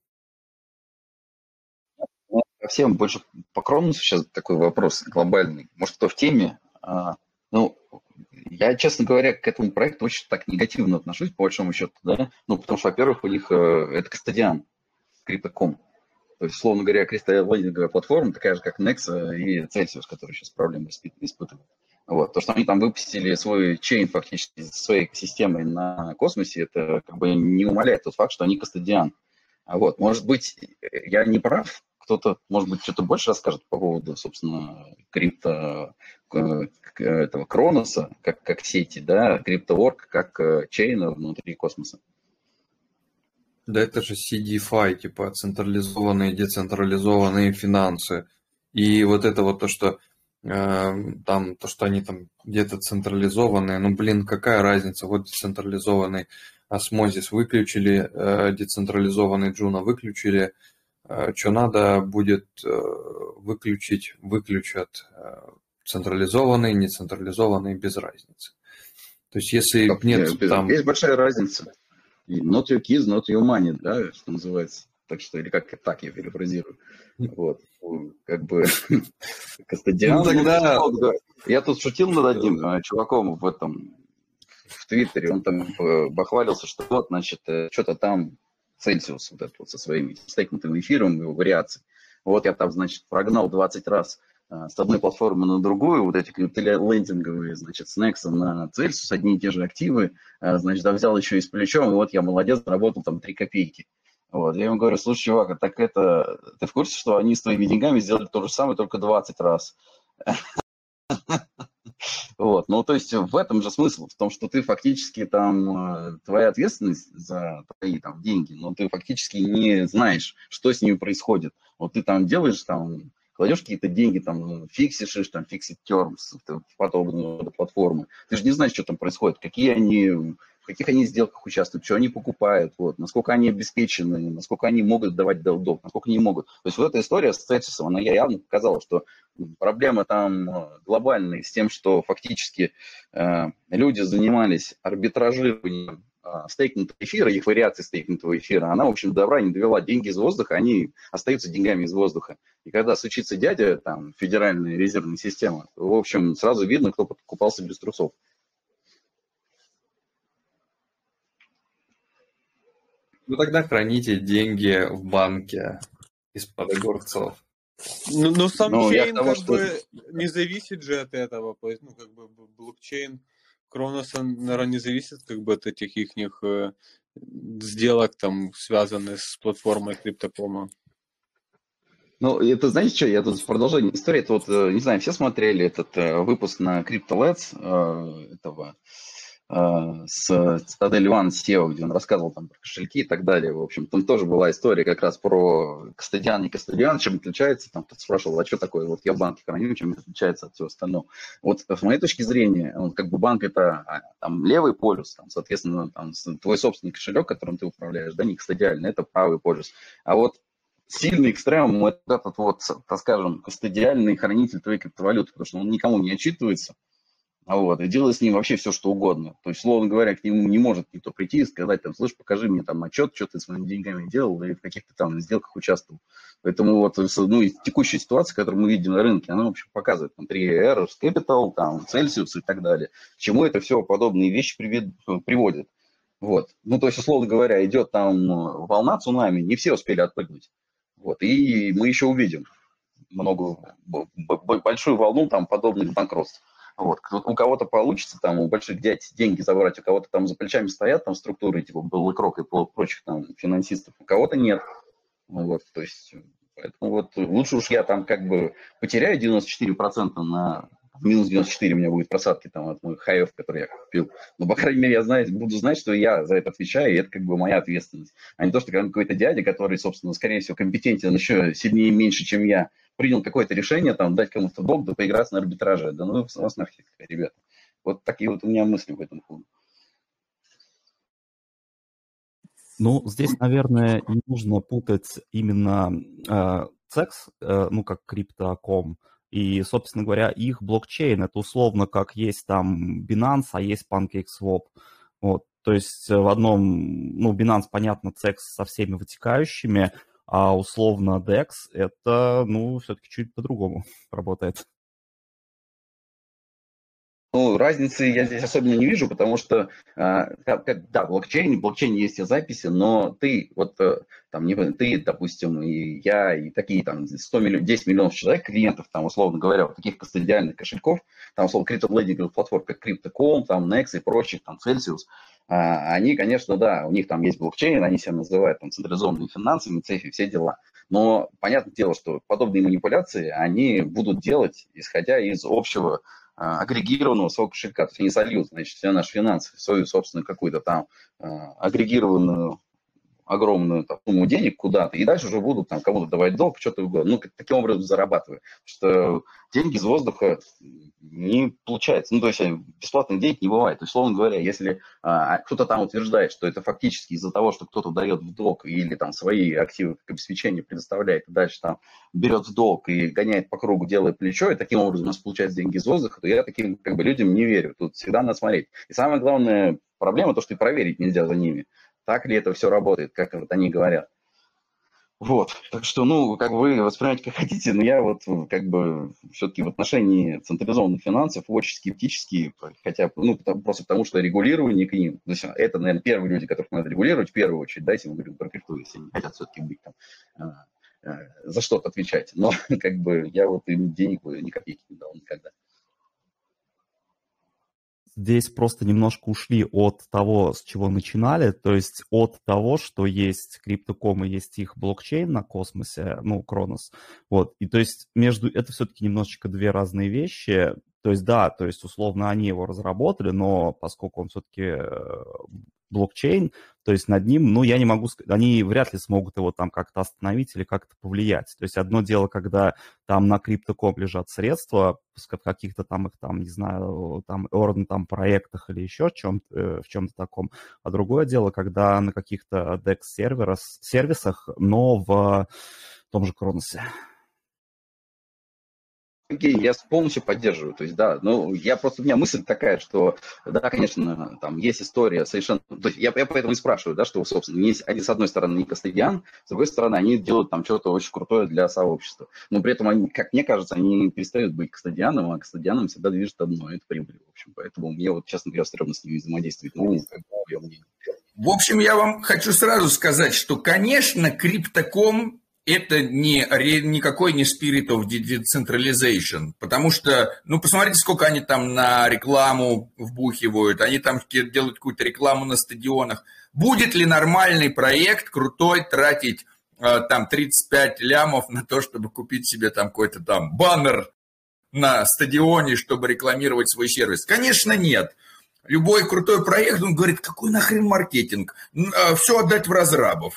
Совсем больше по Кроносу сейчас такой вопрос глобальный. Может, кто в теме? Ну, я, честно говоря, к этому проекту очень так негативно отношусь, по большому счету, да. Ну, потому что, во-первых, у них это Custodian, Crypto.com. То есть, условно говоря, криптолендинговая платформа, такая же, как Nexa и Celsius, который сейчас проблемы испытывает. Вот. То, что они там выпустили свой чейн фактически своей экосистемой на космосе, это как бы не умаляет тот факт, что они Custodian. Вот. Может быть, я не прав, кто-то, может быть, что-то больше расскажет по поводу, собственно, крипто этого Кроноса, как сети, да, CryptoOrg, как чейна внутри космоса. Да это же CDFI, типа централизованные, децентрализованные финансы. И вот это вот то, что там, то, что они там где-то централизованные, ну, блин, какая разница, вот децентрализованный Osmosis выключили, децентрализованный Juno выключили, что надо будет выключить, выключат, централизованный, нецентрализованный, без разницы. То есть если Так, нет там... Есть большая разница. Not your keys, not your money, да, что называется. Так что, или как так я перефразирую. Вот. Как бы Custodian. Ну, тогда... Я тут шутил над одним чуваком в Твиттере. Он там бахвалился, что вот, значит, что-то там Celsius вот это вот со своими стейкнутым эфиром, его вариаций. Вот я там, значит, прогнал 20 раз с одной платформы на другую, вот эти лендинговые, значит, с Nexa на Celsius, одни и те же активы, значит, да, взял еще и с плечом, и вот я молодец, заработал там 3 копейки. Вот, я ему говорю, слушай, чувак, так это, ты в курсе, что они с твоими деньгами сделали то же самое, только 20 раз? Вот, ну, то есть в этом же смысл, в том, что ты фактически там, твоя ответственность за твои там деньги, но ты фактически не знаешь, что с ними происходит. Вот ты там делаешь, там, кладешь какие-то деньги, там, фиксишь, там, fixed terms в подобные платформы. Ты же не знаешь, что там происходит, в каких они сделках участвуют, что они покупают, вот, насколько они обеспечены, насколько они могут давать долг, насколько не могут. То есть вот эта история с Celsius, она явно показала, что проблема там глобальная с тем, что фактически люди занимались арбитражированием стейкнутого эфира, их вариации стейкнутого эфира, она, в общем, добра не довела. Деньги из воздуха, они остаются деньгами из воздуха. И когда случится дядя, там, Федеральная резервная система, то, в общем, сразу видно, кто покупался без трусов. Ну тогда храните деньги в банке из-под огурцов. Ну сам чейн как бы не зависит же от этого. Ну, как бы блокчейн Кроноса, наверное, не зависит как бы от этих их сделок, там, связанных с платформой Crypto.com. Ну, это, знаете что, я тут в продолжении истории, это вот, не знаю, все смотрели этот выпуск на CryptoLets этого с Citadel One SEO, где он рассказывал там про кошельки и так далее. В общем, там тоже была история как раз про Custodian, не Custodian, чем отличается. Там кто-то спрашивал, а что такое, вот я в банке храню, чем отличается от всего остального. Вот с моей точки зрения, как бы банк это там левый полюс, там, соответственно, там, твой собственный кошелек, которым ты управляешь, да, не кастодиальный, это правый полюс. А вот сильный экстремум это этот вот, так скажем, кастодиальный хранитель твоей криптовалюты, потому что он никому не отчитывается. Вот, и делает с ним вообще все, что угодно. То есть, условно говоря, к нему не может никто прийти и сказать, там, слышь, покажи мне там отчет, что ты с моими деньгами делал и в каких-то там сделках участвовал. Поэтому вот, ну, и текущая ситуация, которую мы видим на рынке, она, в общем, показывает там 3R, Capital, там, Celsius и так далее. К чему это все подобные вещи приводит. Вот. Ну, то есть, условно говоря, идет там волна цунами, не все успели отпрыгнуть. Вот. И мы еще увидим большую волну там подобных банкротств. Вот. У кого-то получится там у больших дядь деньги забрать, у кого-то там за плечами стоят там структуры типа BlackRock и прочих там финансистов, у кого-то нет. Вот. То есть, поэтому вот лучше уж я там как бы потеряю 94% на минус 94 у меня будет просадки там от моих хаев, которые я купил. Но, по крайней мере, я буду знать, что я за это отвечаю, и это как бы моя ответственность. А не то, что какой-то дядя, который, собственно, скорее всего, компетентен еще сильнее и меньше, чем я, принял какое-то решение, там, дать кому-то долг, да поиграться на арбитраже. Да ну вас нафиг, ребята. Вот такие вот у меня мысли в этом поводу. Ну, здесь, наверное, не нужно путать именно CEX, ну, как Crypto.com, и, собственно говоря, их блокчейн. Это условно как есть там Binance, а есть PancakeSwap. Вот. То есть в одном, ну, Binance, понятно, CEX со всеми вытекающими, а условно DEX это, ну, все-таки чуть по-другому работает. Ну, разницы я здесь особенно не вижу, потому что, да, блокчейн есть и записи, но ты, вот, там, не ты, допустим, и я, и такие, там, 10 миллионов человек, клиентов, там, условно говоря, вот таких кастодиальных кошельков, там, условно, криптоблендинговых платформ, как Crypto.com, там, Nex и прочих, там, Celsius, они, конечно, да, у них там есть блокчейн, они себя называют, там, централизованными финансами, цефи, все дела. Но, понятное дело, что подобные манипуляции, они будут делать, исходя из общего агрегированного своего кошелька. То есть они сольют, значит, все наши финансы в свою собственную какую-то там агрегированную огромную там сумму денег куда-то, и дальше уже будут там кому-то давать долг, что-то угодно. Ну, таким образом зарабатывая. Потому что деньги из воздуха не получается. Ну, то есть бесплатных денег не бывает. То есть, условно говоря, если кто-то там утверждает, что это фактически из-за того, что кто-то дает в долг или там свои активы как обеспечение предоставляет, и дальше там берет в долг и гоняет по кругу, делает плечо, и таким образом у нас получается деньги из воздуха, то я таким как бы людям не верю. Тут всегда надо смотреть. И самая главная проблема, то, что и проверить нельзя за ними. Так ли это все работает, как вот они говорят. Вот, так что, ну, как вы воспринимаете как хотите, но я вот как бы все-таки в отношении централизованных финансов очень скептический, хотя, ну, просто потому что регулирование к ним, то есть это, наверное, первые люди, которых надо регулировать в первую очередь, да, если мы говорим про крипту, если они хотят все-таки быть там, за что-то отвечать, но как бы я вот им денег ни копейки не дал никогда. Здесь просто немножко ушли от того, с чего начинали, то есть от того, что есть Crypto.com и есть их блокчейн на космосе, ну, Кронос, вот, и то есть между, это все-таки немножечко две разные вещи, то есть да, то есть условно они его разработали, но поскольку он все-таки блокчейн, то есть над ним, ну, я не могу сказать, они вряд ли смогут его там как-то остановить или как-то повлиять. То есть одно дело, когда там на Crypto.com лежат средства в каких-то там их там, не знаю, там earn там проектах или еще в чем-то таком, а другое дело, когда на каких-то DEX-сервисах, но в том же Кроносе. Я полностью поддерживаю, то есть, да, ну, у меня мысль такая, что, да, конечно, там есть история совершенно, то есть я поэтому и спрашиваю, да, что, собственно, есть, они, с одной стороны, не кастодиан, с другой стороны, они делают там что-то очень крутое для сообщества, но при этом, они, как мне кажется, они перестают быть кастодианом, а кастодианом всегда движет одно, это прибыль, в общем, поэтому мне вот, честно говоря, стрёмно с ними взаимодействовать, ну, как бы, мое мнение. В общем, я вам хочу сразу сказать, что, конечно, Crypto.com это никакой не spirit of decentralization, потому что, ну, посмотрите, сколько они там на рекламу вбухивают, они там делают какую-то рекламу на стадионах. Будет ли нормальный проект, крутой, тратить там 35 лямов на то, чтобы купить себе там какой-то там баннер на стадионе, чтобы рекламировать свой сервис? Конечно, нет. Любой крутой проект, он говорит, какой нахрен маркетинг? Все отдать в разрабов.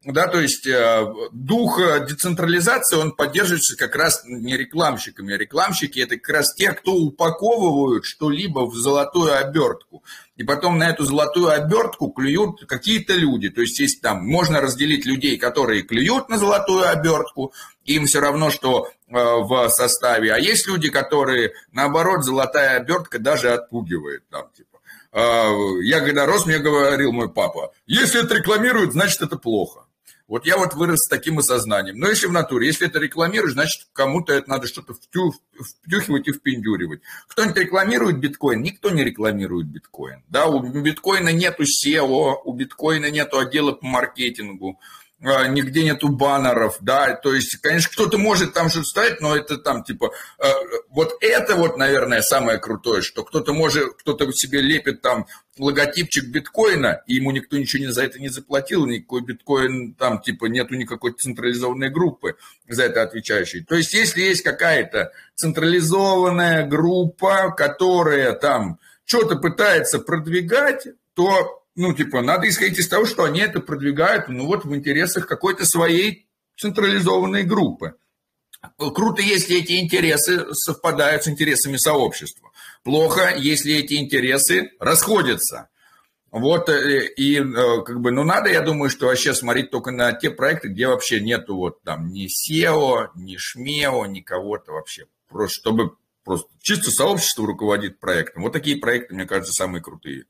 да, то есть дух децентрализации, он поддерживается как раз не рекламщиками. Рекламщики – это как раз те, кто упаковывают что-либо в золотую обертку. И потом на эту золотую обертку клюют какие-то люди. То есть, если там можно разделить людей, которые клюют на золотую обертку, им все равно, что в составе. А есть люди, которые, наоборот, золотая обертка даже отпугивает. Там, типа. Я когда рос, мне говорил мой папа, если это рекламируют, значит, это плохо. Вот я вот вырос с таким осознанием. Но если в натуре, если это рекламируешь, значит, кому-то это надо что-то втюхивать и впендюривать. Кто-нибудь рекламирует биткоин? Никто не рекламирует биткоин. Да, у биткоина нету SEO, у биткоина нету отдела по маркетингу, нигде нету баннеров, да, то есть, конечно, кто-то может там что-то ставить, но это там, типа, вот это вот, наверное, самое крутое, что кто-то себе лепит там логотипчик биткоина, и ему никто ничего за это не заплатил, никакой биткоин, там, типа, нету никакой централизованной группы за это отвечающей. То есть, если есть какая-то централизованная группа, которая там что-то пытается продвигать, то ну, типа, надо исходить из того, что они это продвигают, ну, вот в интересах какой-то своей централизованной группы. Круто, если эти интересы совпадают с интересами сообщества. Плохо, если эти интересы расходятся. Вот, и как бы, ну, надо, я думаю, что вообще смотреть только на те проекты, где вообще нету вот там ни SEO, ни ШМЕО, ни кого-то вообще. Просто, чтобы просто чисто сообщество руководит проектом. Вот такие проекты, мне кажется, самые крутые.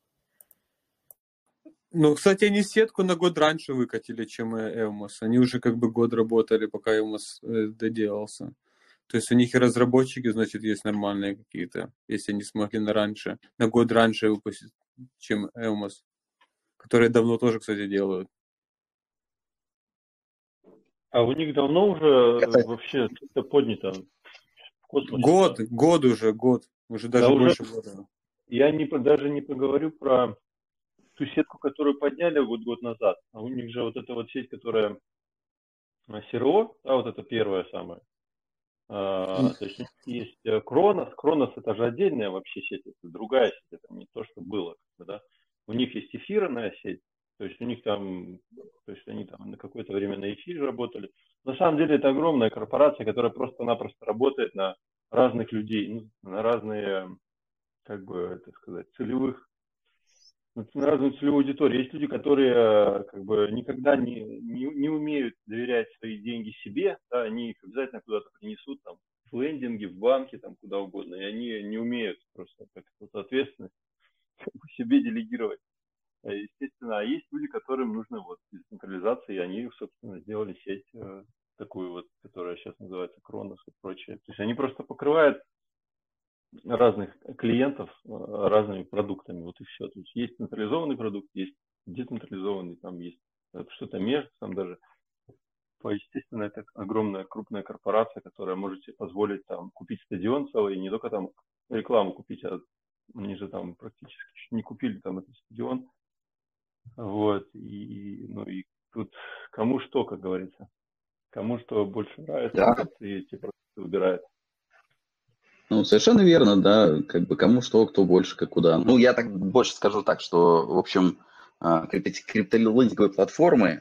Ну, кстати, они сетку на год раньше выкатили, чем Evmos. Они уже как бы год работали, пока Evmos доделался. То есть у них и разработчики, значит, есть нормальные какие-то, если они смогли на год раньше выпустить, чем Evmos, которые давно тоже, кстати, делают. А у них давно уже вообще что-то поднято в космосе? Год. Уже даже больше года. Я даже не поговорю про ту сетку, которую подняли год назад. А у них же вот эта вот сеть, которая СРО, вот это первая самая. То есть есть Кронос. Кронос это же отдельная вообще сеть, это другая сеть, это не то, что было. Да? У них есть эфирная сеть, то есть у них там, то есть они там на какое-то время на эфире работали. На самом деле это огромная корпорация, которая просто-напросто работает на разных людей, ну, на разные, как бы это сказать, на разную целевую аудиторию. Есть люди, которые как бы никогда не умеют доверять свои деньги себе, да, они их обязательно куда-то принесут, там, в лендинги, в банки, там, куда угодно, и они не умеют просто как-то ответственность себе делегировать. Естественно, а есть люди, которым нужно вот децентрализация, и они, собственно, сделали сеть такую вот, которая сейчас называется Кронос и прочее. То есть они просто покрывают разных клиентов разными продуктами, вот и все. То есть централизованный продукт, есть децентрализованный, там есть что-то между, там даже, естественно, это огромная крупная корпорация, которая может себе позволить там купить стадион целый, и не только там рекламу купить, а они же там практически чуть не купили там этот стадион. Вот, и тут кому что, как говорится, кому что больше нравится, да. И эти продукты выбирают. Ну, совершенно верно, да, как бы кому что, кто больше, как куда. Ну, я так больше скажу так, что, в общем, криптолендинговые платформы,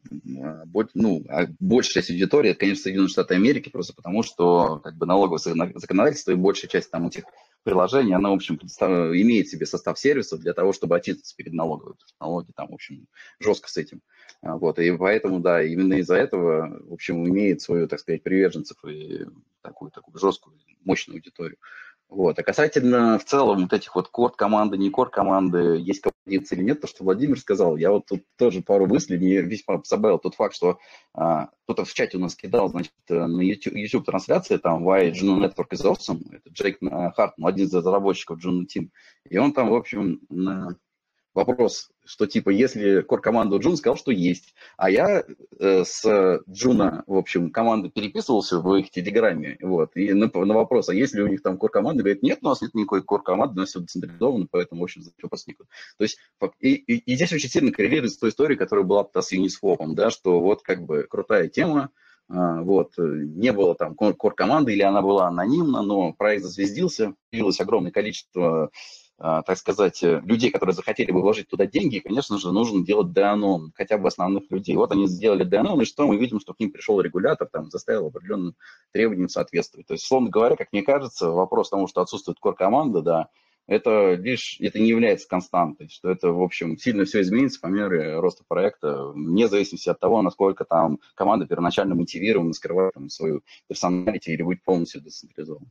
ну, большая часть аудитории, это, конечно, Соединенные Штаты Америки, просто потому что, как бы, налоговое законодательство и большая часть там этих приложений, она, в общем, имеет в себе состав сервисов для того, чтобы отчитываться перед налоговой. Налоги там, в общем, жестко с этим. Вот, и поэтому, да, именно из-за этого, в общем, имеет свою, так сказать, приверженцев и такую жесткую, мощную аудиторию. Вот. А касательно в целом вот этих вот кор-команды, не кор-команды, есть композиции или нет, то, что Владимир сказал, я вот тут тоже пару мыслей, мне весьма забавил тот факт, что кто-то в чате у нас кидал, значит, на YouTube трансляции, там, Why Juno Network is Awesome, это Джейк Хартман, один из разработчиков Juno Team, и он там, в общем, на вопрос, что типа, если кор-команда Juno, сказал, что есть. А я с Juno, в общем, командой переписывался в их телеграме, вот, и на вопрос, а есть ли у них там кор-команда, говорит, нет, у нас нет никакой кор-команды, у нас все децентрализовано, поэтому, в общем, вопрос никуда. То есть, и здесь очень сильно коррелирует с той историей, которая была с Uniswap, да, что вот как бы крутая тема, вот, не было там кор-команды, или она была анонимна, но проект зазвездился, появилось огромное количество так сказать, людей, которые захотели бы вложить туда деньги, конечно же, нужно делать ДНО, хотя бы основных людей. Вот они сделали ДНО, и что мы видим, что к ним пришел регулятор, там, заставил определенным требованиям соответствовать. То есть, условно говоря, как мне кажется, вопрос того, что отсутствует кор-команда, да, это не является константой, что это, в общем, сильно все изменится по мере роста проекта, вне зависимости от того, насколько там команда первоначально мотивирована, скрывает там свою персоналити или быть полностью децентрализована.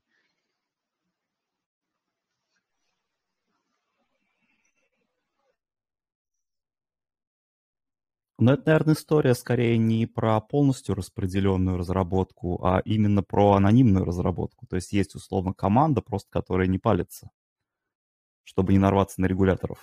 Но это, наверное, история скорее не про полностью распределенную разработку, а именно про анонимную разработку. То есть есть, условно, команда, просто которая не палится, чтобы не нарваться на регуляторов.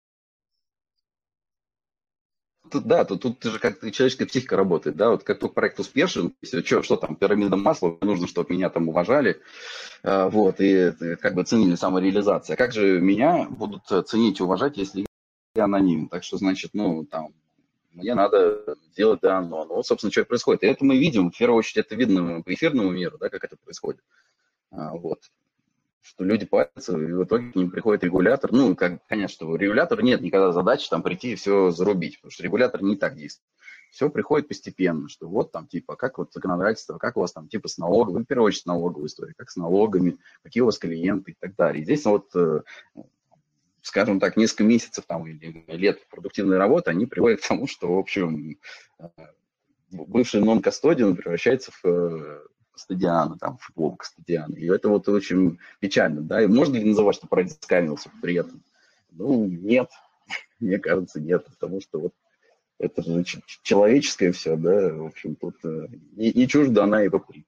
Тут же как-то человеческая психика работает, да, вот как только проект успешен, что там, пирамида масла, нужно, чтобы меня там уважали, вот, и как бы ценили самореализацию. А как же меня будут ценить и уважать, если я аноним? Так что, значит, ну, там, мне надо делать ДНО. Ну, вот, собственно, что и происходит. И это мы видим, в первую очередь, это видно по эфирному миру, да, как это происходит. Вот. Что люди парятся, и в итоге к ним приходит регулятор. Ну, конечно, у регулятора нет никогда задачи там прийти и все зарубить, потому что регулятор не так действует. Все приходит постепенно, что вот там типа, как вот законодательство, как у вас там типа с налогом, в первую очередь с налоговой историей, как с налогами, какие у вас клиенты и так далее. И здесь вот, скажем так, несколько месяцев там или лет продуктивной работы, они приводят к тому, что, в общем, бывший нон-кастодиан превращается в кастодиана, там, футбол кастодиана. И это вот очень печально, да. И можно ли называть, что проект заскамился при этом? Ну, нет. Мне кажется, нет. Потому что вот это же человеческое все, да. В общем, тут не чуждо она и ПП.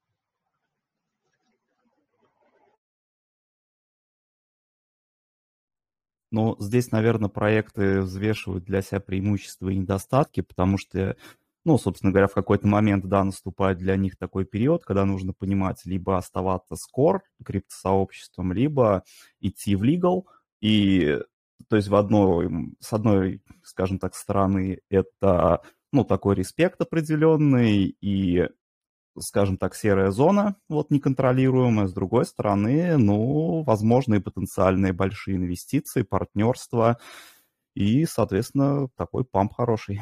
Но здесь, наверное, проекты взвешивают для себя преимущества и недостатки, потому что, ну, собственно говоря, в какой-то момент, да, наступает для них такой период, когда нужно понимать, либо оставаться с core криптосообществом, либо идти в legal. И, то есть, с одной, скажем так, стороны, это, ну, такой респект определенный и, скажем так, серая зона, вот, неконтролируемая. С другой стороны, ну, возможные потенциальные большие инвестиции, партнерства и, соответственно, такой памп хороший.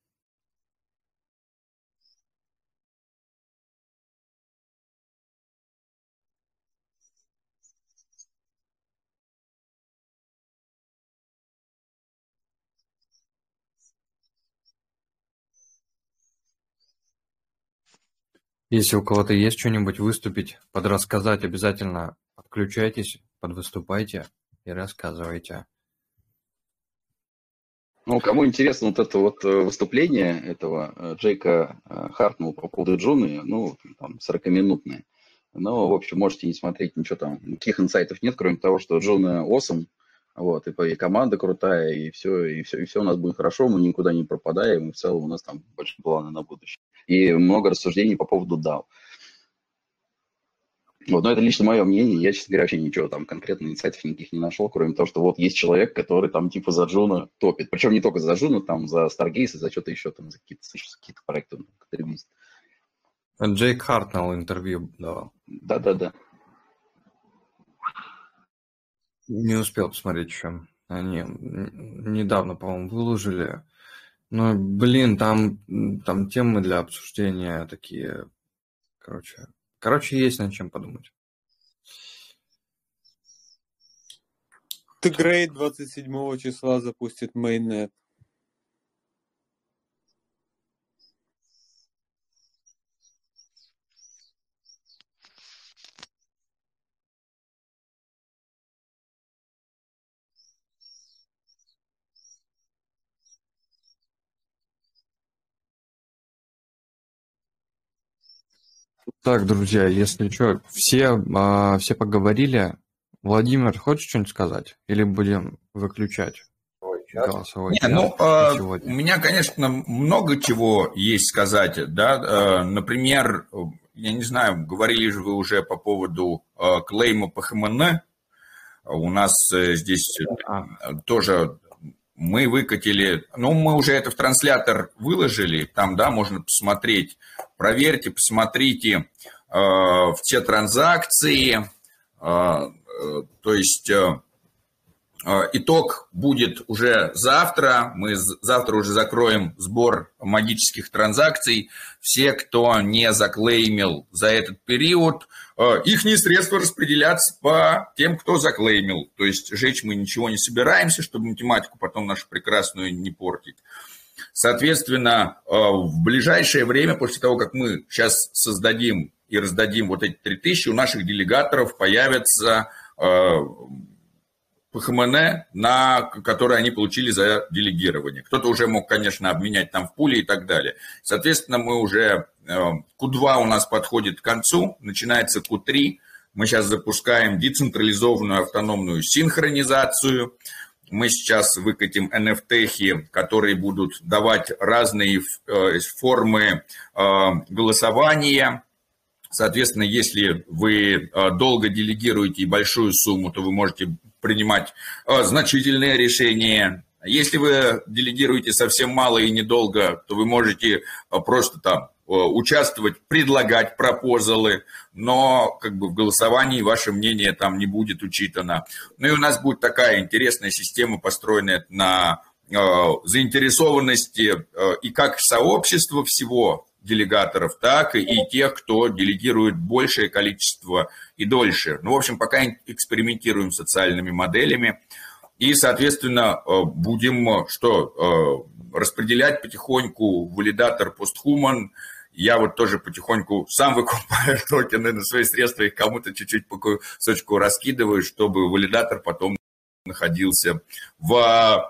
Если у кого-то есть что-нибудь выступить, подрассказать, обязательно подключайтесь, подвыступайте и рассказывайте. Ну, кому интересно вот это вот выступление этого Джейка Хартнелла по поводу Джуны, ну, там, 40-минутное. Но, в общем, можете не смотреть, ничего там, никаких инсайтов нет, кроме того, что Джуна awesome, вот, и команда крутая, и все у нас будет хорошо, мы никуда не пропадаем, и в целом у нас там большие планы на будущее. И много рассуждений по поводу DAO. Вот, но это лично мое мнение, я, честно говоря, вообще ничего там конкретно инсайтов никаких не нашел, кроме того, что вот есть человек, который там типа за Джуна топит. Причем не только за Джуна, там за Stargaze и за что-то еще, там за какие-то проекты. Джейк Хартнелл интервью давал. Да. Не успел посмотреть еще. Они недавно, по-моему, выложили. Но, блин, там темы для обсуждения такие, короче, есть над чем подумать. The Great 27 числа запустит Mainnet. Так, друзья, если что, все поговорили. Владимир, хочешь что-нибудь сказать? Или будем выключать голосовой чат? У меня, конечно, много чего есть сказать. Да? Например, я не знаю, говорили же вы уже по поводу клейма по ХМН. У нас здесь тоже мы выкатили, мы уже это в транслятор выложили, там, да, можно посмотреть, проверьте, посмотрите все транзакции, то есть Итог будет уже завтра. Мы завтра уже закроем сбор магических транзакций. Все, кто не заклеймил за этот период, их средства распределятся по тем, кто заклеймил. То есть жечь мы ничего не собираемся, чтобы математику потом нашу прекрасную не портить. Соответственно, в ближайшее время, после того, как мы сейчас создадим и раздадим вот эти 3000, у наших делегаторов появятся ПХМН, которые они получили за делегирование. Кто-то уже мог, конечно, обменять там в пуле и так далее. Соответственно, мы уже... Q2 у нас подходит к концу, начинается Q3. Мы сейчас запускаем децентрализованную автономную синхронизацию. Мы сейчас выкатим NFT, которые будут давать разные формы голосования. Соответственно, если вы долго делегируете большую сумму, то вы можете принимать значительные решения. Если вы делегируете совсем мало и недолго, то вы можете просто там участвовать, предлагать пропозалы, но как бы в голосовании ваше мнение там не будет учитано. Ну и у нас будет такая интересная система, построенная на заинтересованности и как сообщества всего делегаторов, так и тех, кто делегирует большее количество и дольше. Ну, в общем, пока экспериментируем с социальными моделями. И, соответственно, будем распределять потихоньку валидатор постхуман. Я вот тоже потихоньку сам выкупаю токены на свои средства, их кому-то чуть-чуть по кусочку раскидываю, чтобы валидатор потом находился в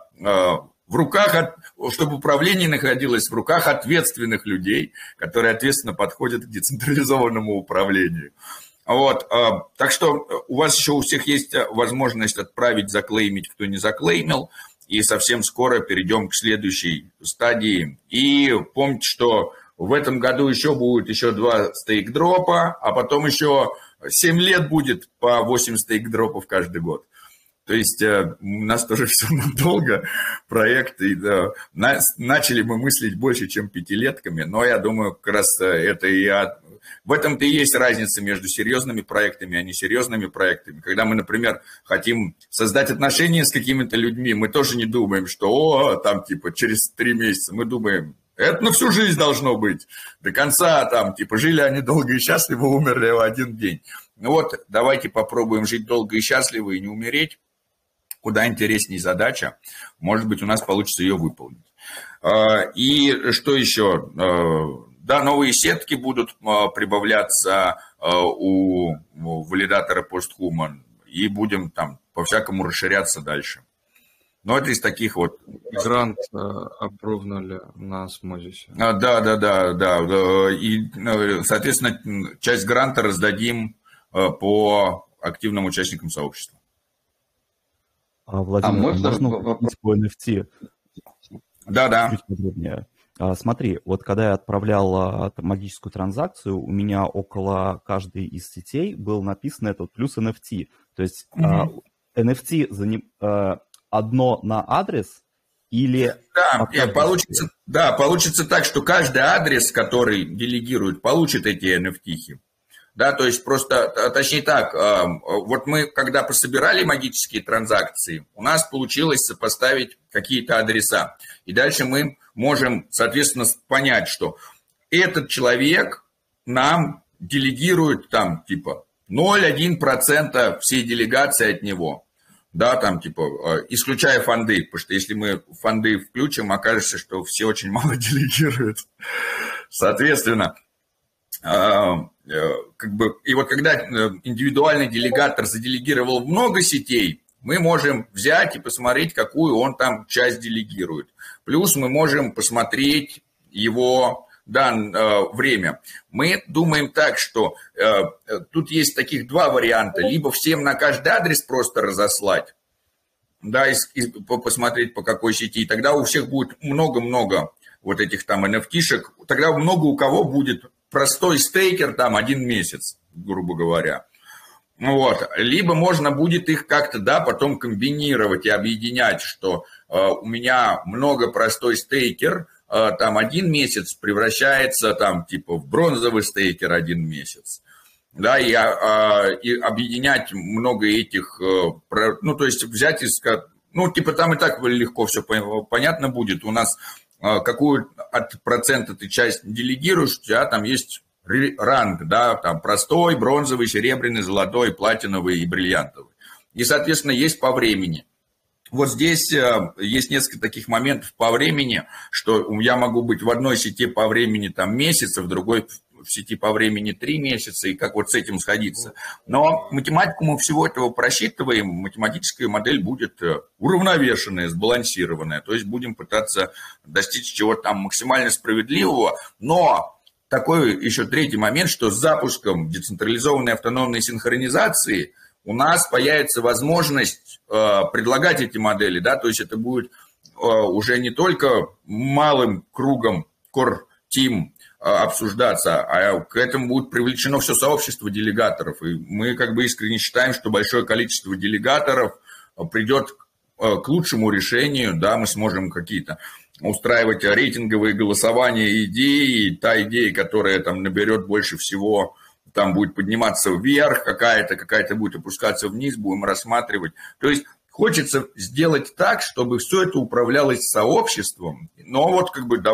руках, чтобы управление находилось в руках ответственных людей, которые ответственно подходят к децентрализованному управлению. Вот, так что у вас еще у всех есть возможность отправить, заклеймить, кто не заклеймил, и совсем скоро перейдем к следующей стадии. И помните, что в этом году еще будет 2 стейк-дропа, а потом еще 7 лет будет по 8 стейк-дропов каждый год. То есть у нас тоже все надолго, проект, и начали мы мыслить больше, чем пятилетками, но я думаю, как раз это в этом-то и есть разница между серьезными проектами и несерьезными проектами. Когда мы, например, хотим создать отношения с какими-то людьми, мы тоже не думаем, что там типа через 3 месяца, мы думаем, это на всю жизнь должно быть, до конца там типа жили они долго и счастливо, умерли в один день. Ну вот, давайте попробуем жить долго и счастливо и не умереть. Куда интереснее задача, может быть, у нас получится ее выполнить. И что еще? Да, новые сетки будут прибавляться у валидатора постхуман, и будем там по-всякому расширяться дальше. Но это из таких вот... Грант опровнули на осмозисе. Да. И, соответственно, часть гранта раздадим по активным участникам сообщества. Владимир, можно вопрос по NFT? Да. Чуть подробнее. Смотри, вот когда я отправлял магическую транзакцию, у меня около каждой из сетей было написано это плюс NFT. То есть NFT одно на адрес или... Получится так, что каждый адрес, который делегирует, получит эти NFT-хи. Да, то есть просто, точнее так, вот мы, когда пособирали магические транзакции, у нас получилось сопоставить какие-то адреса. И дальше мы можем, соответственно, понять, что этот человек нам делегирует там типа 0,1% всей делегации от него. Да, там типа, исключая фонды, потому что если мы фонды включим, окажется, что все очень мало делегируют. Соответственно, и вот когда индивидуальный делегатор заделегировал много сетей, мы можем взять и посмотреть, какую он там часть делегирует. Плюс мы можем посмотреть его время. Мы думаем так, что тут есть таких 2 варианта. Либо всем на каждый адрес просто разослать, да, и посмотреть, по какой сети. И тогда у всех будет много-много вот этих там NFT-шек. Тогда много у кого будет простой стейкер там 1 месяц, грубо говоря. Вот. Либо можно будет их как-то, да, потом комбинировать и объединять, что у меня много простой стейкер, там 1 месяц превращается там типа в бронзовый стейкер 1 месяц. да, и объединять много этих, ну, то есть взять и сказать, ну, типа там и так легко все понятно будет, у нас какую от процента ты часть делегируешь, у тебя там есть ранг, да, там простой, бронзовый, серебряный, золотой, платиновый и бриллиантовый. И, соответственно, есть по времени. Вот здесь есть несколько таких моментов по времени, что я могу быть в одной сети по времени там месяц, в другой в сети по времени 3 месяца, и как вот с этим сходиться. Но математику мы всего этого просчитываем, математическая модель будет уравновешенная, сбалансированная, то есть будем пытаться достичь чего-то там максимально справедливого, но такой еще третий момент, что с запуском децентрализованной автономной синхронизации у нас появится возможность предлагать эти модели, да, то есть это будет уже не только малым кругом core team обсуждаться, а к этому будет привлечено все сообщество делегаторов. И мы как бы искренне считаем, что большое количество делегаторов придет к лучшему решению, да, мы сможем какие-то устраивать рейтинговые голосования идей, и та идея, которая там наберет больше всего, там будет подниматься вверх, какая-то будет опускаться вниз, будем рассматривать. То есть хочется сделать так, чтобы все это управлялось сообществом, но вот как бы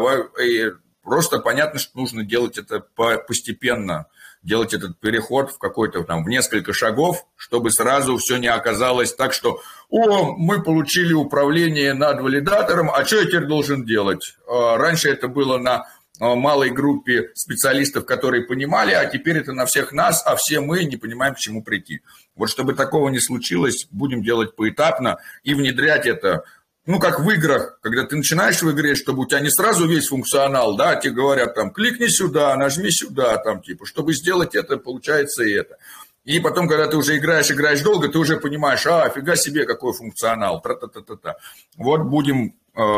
просто понятно, что нужно делать это постепенно, делать этот переход в какой-то там в несколько шагов, чтобы сразу все не оказалось так, что мы получили управление над валидатором, а что я теперь должен делать? Раньше это было на малой группе специалистов, которые понимали, а теперь это на всех нас, а все мы не понимаем, к чему прийти. Вот чтобы такого не случилось, будем делать поэтапно и внедрять это. Ну, как в играх, когда ты начинаешь в игре, чтобы у тебя не сразу весь функционал, да, тебе говорят там, кликни сюда, нажми сюда, там, типа, чтобы сделать это, получается и это. И потом, когда ты уже играешь долго, ты уже понимаешь, фига себе, какой функционал, тра-та-та-та-та. Вот будем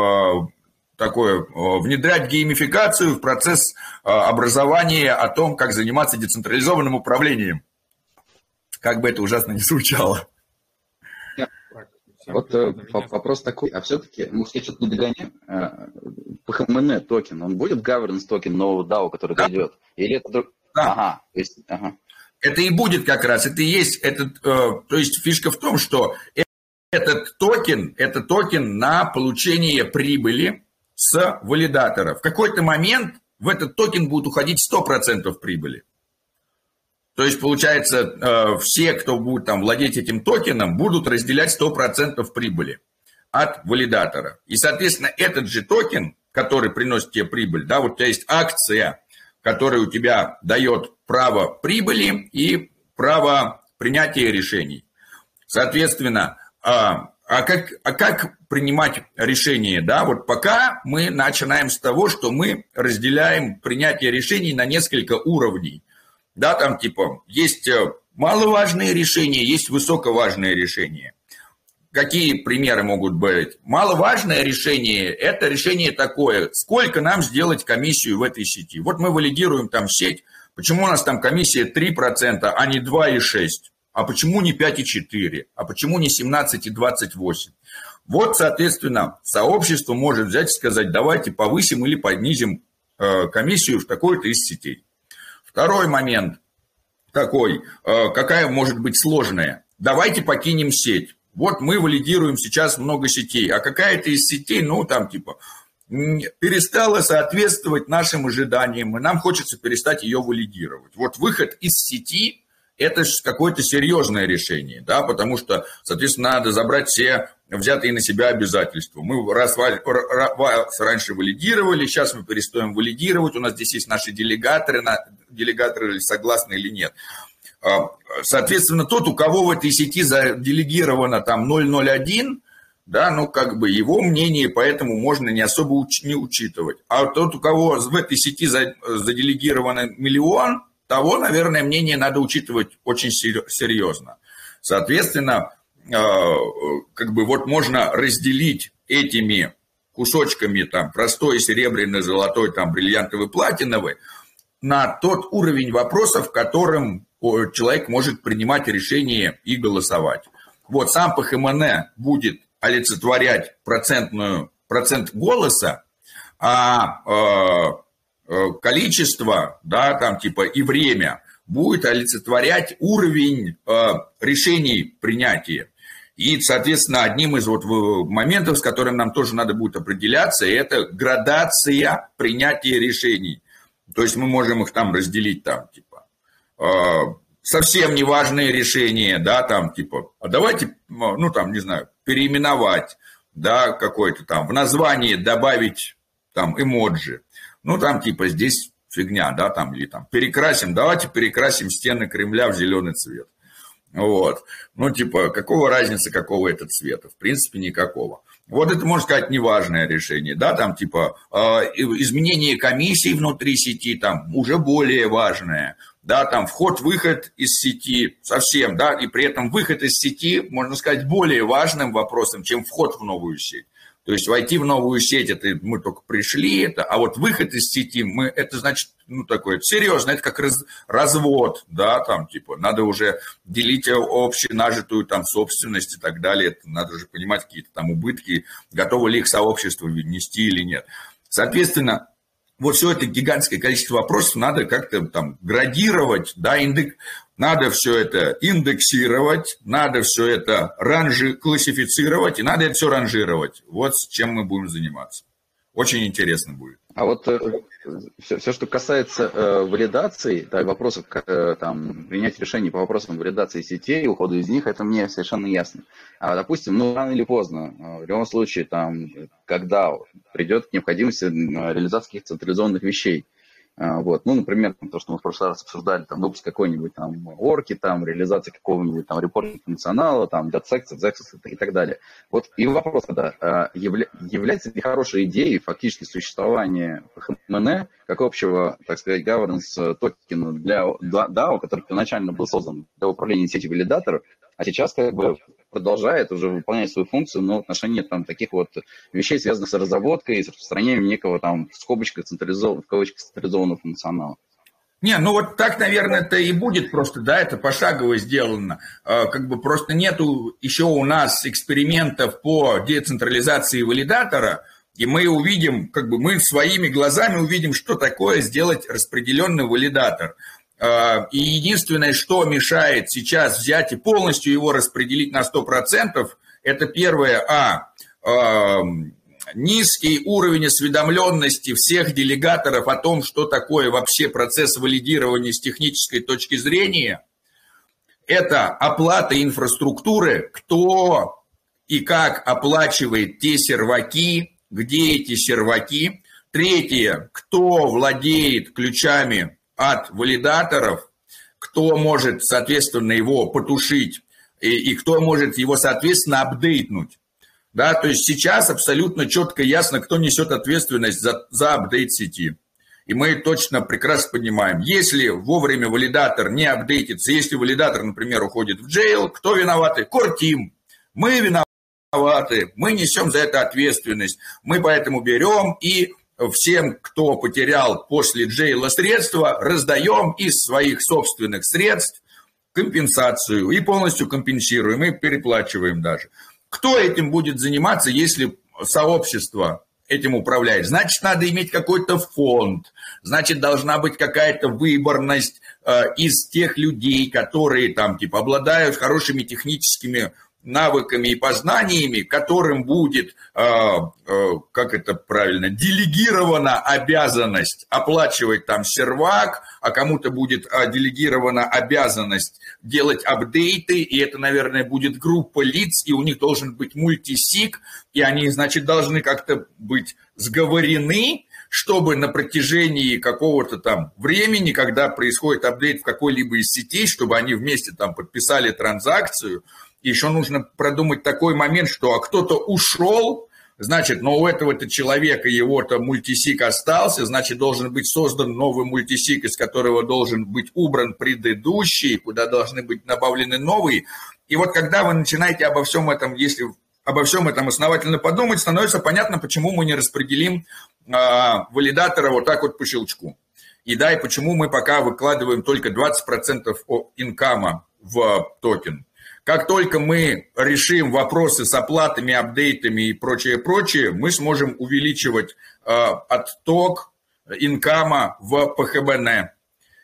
внедрять геймификацию в процесс образования о том, как заниматься децентрализованным управлением. Как бы это ужасно ни звучало. Вот вопрос такой, а все-таки, я что-то не догоняю, ПХМН токен, он будет governance токен нового DAO, который дойдет? Или это... Да. Это и будет как раз, это и есть, то есть фишка в том, что это токен на получение прибыли с валидатора. В какой-то момент в этот токен будет уходить 100% прибыли. То есть, получается, все, кто будет там владеть этим токеном, будут разделять 100% прибыли от валидатора. И, соответственно, этот же токен, который приносит тебе прибыль, да, вот у тебя есть акция, которая у тебя дает право прибыли и право принятия решений. Соответственно, как принимать решения, да, вот пока мы начинаем с того, что мы разделяем принятие решений на несколько уровней. Да, там типа есть маловажные решения, есть высоковажные решения. Какие примеры могут быть? Маловажное решение – это решение такое, сколько нам сделать комиссию в этой сети. Вот мы валидируем там сеть, почему у нас там комиссия 3%, а не 2,6%? А почему не 5,4%? А почему не 17,28%? Вот, соответственно, сообщество может взять и сказать, давайте повысим или понизим комиссию в такой-то из сетей. Второй момент такой, какая может быть сложная. Давайте покинем сеть. Вот мы валидируем сейчас много сетей, а какая-то из сетей, ну там типа, перестала соответствовать нашим ожиданиям, и нам хочется перестать ее валидировать. Вот выход из сети – это какое-то серьезное решение, да, потому что, соответственно, надо забрать все взятые на себя обязательства. Мы раз раньше валидировали, сейчас мы перестаем валидировать, у нас здесь есть наши делегаторы согласны или нет. Соответственно, тот, у кого в этой сети заделегировано там 001, да, ну как бы его мнение, поэтому можно не особо не учитывать. А тот, у кого в этой сети заделегировано 1 миллион, того, наверное, мнение надо учитывать очень серьезно. Соответственно, как бы вот можно разделить этими кусочками там простой, серебряный, золотой, там бриллиантовый, платиновый на тот уровень вопросов, в котором человек может принимать решение и голосовать. Вот сам ПХМН будет олицетворять процент голоса, а количество, да, там типа и время будет олицетворять уровень решений принятия. И, соответственно, одним из вот моментов, с которым нам тоже надо будет определяться, это градация принятия решений. То есть мы можем их там разделить, там, типа, совсем неважные решения, да, там, типа, а давайте, ну, там, не знаю, переименовать, да, какое-то там, в названии добавить, там, эмоджи. Ну, там, типа, здесь фигня, да, там, или там, давайте перекрасим стены Кремля в зеленый цвет. Вот. Ну, типа, какого разницы, какого это цвета? В принципе, никакого. Вот это, можно сказать, неважное решение, да, там, типа, изменение комиссий внутри сети, там, уже более важное, да, там, вход-выход из сети совсем, да, и при этом выход из сети, можно сказать, более важным вопросом, чем вход в новую сеть. То есть войти в новую сеть, это мы только пришли, а вот выход из сети, это значит, ну, такое серьезно, это как развод, да, там, типа, надо уже делить общенажитую там собственность и так далее, это надо уже понимать какие-то там убытки, готово ли их сообщество нести или нет. Соответственно, вот все это гигантское количество вопросов надо как-то там градировать, да, надо все это индексировать, надо все это классифицировать, и надо это все ранжировать. Вот с чем мы будем заниматься. Очень интересно будет. А вот все, что касается валидации, да, вопросов, там, принять решений по вопросам валидации сетей, ухода из них, это мне совершенно ясно. А, допустим, ну, рано или поздно, в любом случае, там, когда придет к необходимости реализации каких-то централизованных вещей, вот, ну, например, то, что мы в прошлый раз обсуждали, там, выпуск какой-нибудь там орки, там, реализация какого-нибудь там репортинг функционала, там, DataSexes, Zexes и так далее. Вот и вопрос тогда, является ли хорошей идеей фактически существование ПХМН как общего, так сказать, governance токена для DAO, который первоначально был создан для управления сетью валидаторов, а сейчас как бы продолжает уже выполнять свою функцию, но в отношении там таких вот вещей, связанных с разработкой и с распространением некого там в скобочках централизованного функционала. Не, ну вот так, наверное, это и будет просто, да, это пошагово сделано. Как бы просто нету еще у нас экспериментов по децентрализации валидатора, и мы увидим, как бы мы своими глазами увидим, что такое сделать распределенный валидатор. И единственное, что мешает сейчас взять и полностью его распределить на 100%, это первое, низкий уровень осведомленности всех делегаторов о том, что такое вообще процесс валидирования с технической точки зрения. Это оплата инфраструктуры, кто и как оплачивает те серваки, где эти серваки. Третье, кто владеет ключами от валидаторов, кто может, соответственно, его потушить и кто может его, соответственно, апдейтнуть. Да, то есть сейчас абсолютно четко и ясно, кто несет ответственность за апдейт сети. И мы точно прекрасно понимаем, если вовремя валидатор не апдейтится, если валидатор, например, уходит в джейл, кто виноваты? Core Team. Мы виноваты, мы несем за это ответственность. Мы поэтому берем и всем, кто потерял после джейла средства, раздаем из своих собственных средств компенсацию и полностью компенсируем, и переплачиваем даже. Кто этим будет заниматься, если сообщество этим управляет? Значит, надо иметь какой-то фонд, значит, должна быть какая-то выборность из тех людей, которые там, типа, обладают хорошими техническими навыками и познаниями, которым будет, как это правильно, делегирована обязанность оплачивать там сервак, а кому-то будет делегирована обязанность делать апдейты, и это, наверное, будет группа лиц, и у них должен быть мультисиг, и они, значит, должны как-то быть сговорены, чтобы на протяжении какого-то там времени, когда происходит апдейт в какой-либо из сетей, чтобы они вместе там подписали транзакцию. Еще нужно продумать такой момент, что кто-то ушел, значит, но у этого-то человека его-то мультисик остался, значит, должен быть создан новый мультисик, из которого должен быть убран предыдущий, куда должны быть добавлены новые. И вот когда вы начинаете обо всем этом, если обо всем этом основательно подумать, становится понятно, почему мы не распределим валидатора вот так вот по щелчку. И да, и почему мы пока выкладываем только 20% инкама в токен. Как только мы решим вопросы с оплатами, апдейтами и прочее, мы сможем увеличивать отток инкама в ПХБН.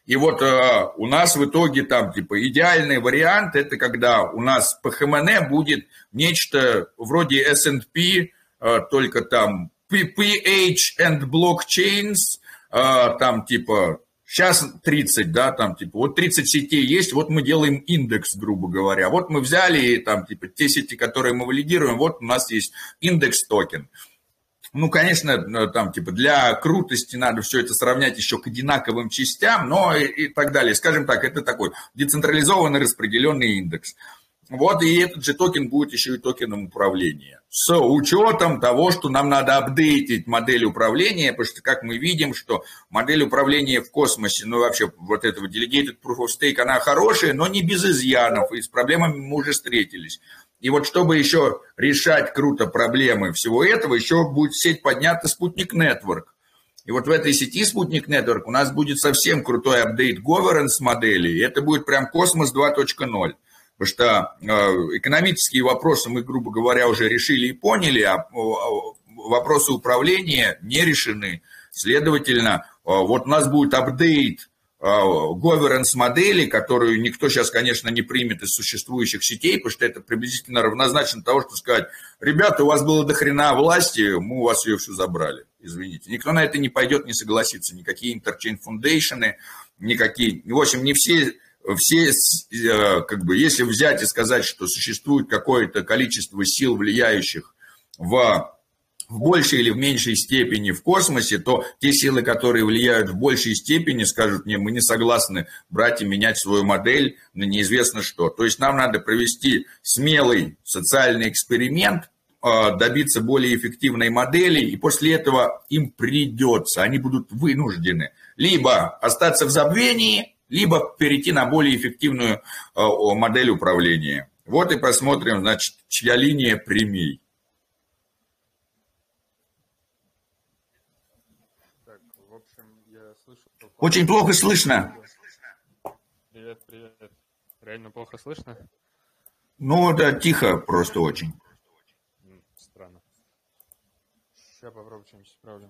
И вот у нас в итоге там типа идеальный вариант, это когда у нас по ХМН будет нечто вроде S&P, только там PH and Blockchains, там типа сейчас 30, да, там типа вот 30 сетей есть, вот мы делаем индекс, грубо говоря. Вот мы взяли там типа те сети, которые мы валидируем, вот у нас есть индекс токен. Ну, конечно, там, типа, для крутости надо все это сравнять еще к одинаковым частям, но и так далее. Скажем так, это такой децентрализованный распределенный индекс. Вот, и этот же токен будет еще и токеном управления. С учетом того, что нам надо апдейтить модель управления, потому что, как мы видим, что модель управления в космосе, ну, вообще, вот этого Delegated Proof of Stake, она хорошая, но не без изъянов, и с проблемами мы уже встретились. И вот чтобы еще решать круто проблемы всего этого, еще будет сеть поднята Спутник Network. И вот в этой сети Спутник Network у нас будет совсем крутой апдейт governance модели. И это будет прям космос 2.0. Потому что экономические вопросы мы, грубо говоря, уже решили и поняли, а вопросы управления не решены. Следовательно, вот у нас будет апдейт governance модели, которую никто сейчас, конечно, не примет из существующих сетей, потому что это приблизительно равнозначно того, что сказать: ребята, у вас было до хрена власти, мы у вас ее всю забрали. Извините. Никто на это не пойдет, не согласится. Никакие интерчейн фундейшены, никакие... В общем, не все, как бы, если взять и сказать, что существует какое-то количество сил, влияющих в большей или в меньшей степени в космосе, то те силы, которые влияют в большей степени, скажут: не, мы не согласны брать и менять свою модель на неизвестно что. То есть нам надо провести смелый социальный эксперимент, добиться более эффективной модели, и после этого им придется, они будут вынуждены либо остаться в забвении, либо перейти на более эффективную модель управления. Вот и посмотрим, значит, чья линия прямей. Очень плохо слышно. Привет, привет. Реально плохо слышно? Ну, да, тихо просто очень. Странно. Сейчас попробую что-нибудь исправлю.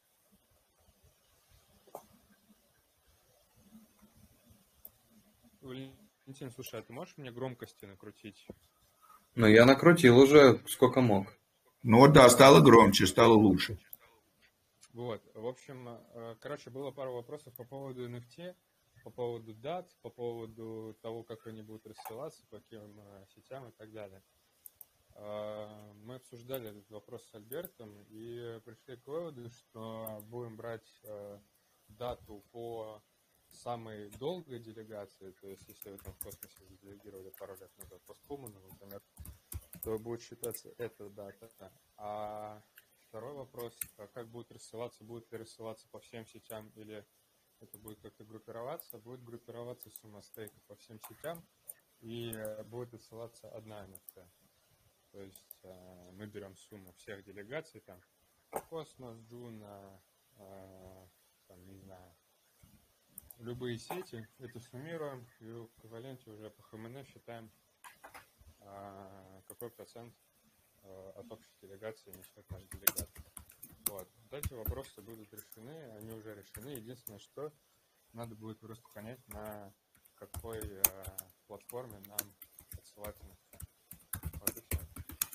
Валентин, слушай, а ты можешь мне громкости накрутить? Ну, я накрутил уже сколько мог. Ну да, стало громче, стало лучше. Вот, в общем, короче, было пару вопросов по поводу NFT, по поводу дат, по поводу того, как они будут рассылаться, по каким сетям и так далее. Мы обсуждали этот вопрос с Альбертом и пришли к выводу, что будем брать дату по самой долгой делегации, то есть если вы там в космосе заделегировали пару лет назад по Скуману, например, то будет считаться эта дата. А второй вопрос: как будет рассылаться? Будет ли рассылаться по всем сетям или это будет как-то группироваться? Будет группироваться сумма стейка по всем сетям и будет рассылаться одна NFT. То есть мы берем сумму всех делегаций, там Космос, Джуна, там, не знаю, любые сети, это суммируем и в эквиваленте уже по ХМН считаем, какой процент от общей делегации несет наш делегат. Вот. Эти вопросы будут решены, они уже решены. Единственное, что надо будет просто понять, на какой платформе нам отсылать NFT. Вот и все.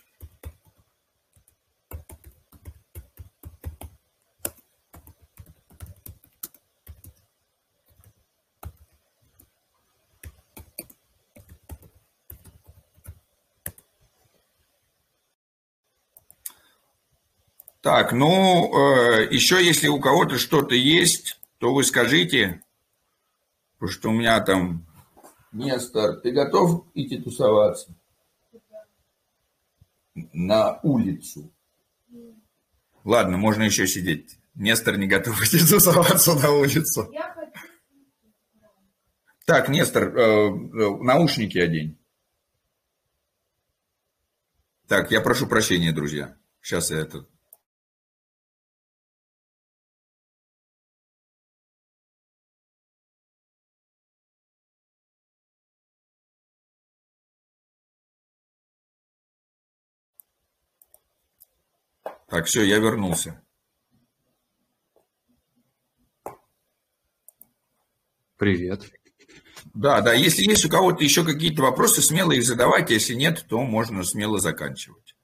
Так, ну, еще если у кого-то что-то есть, то вы скажите, потому что у меня там... Нестор, ты готов идти тусоваться? На улицу. Ладно, можно еще сидеть. Нестор не готов идти тусоваться на улицу. Так, Нестор, наушники одень. Так, я прошу прощения, друзья. Сейчас я это... Так, все, я вернулся. Привет. Да, если есть у кого-то еще какие-то вопросы, смело их задавайте. Если нет, то можно смело заканчивать.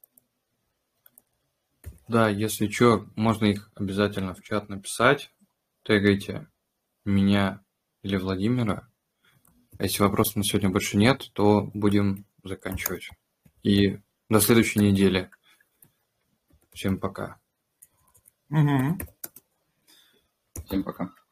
Да, если что, можно их обязательно в чат написать. Тегайте меня или Владимира. А если вопросов на сегодня больше нет, то будем заканчивать. И до следующей недели. Всем пока. Угу. Всем пока.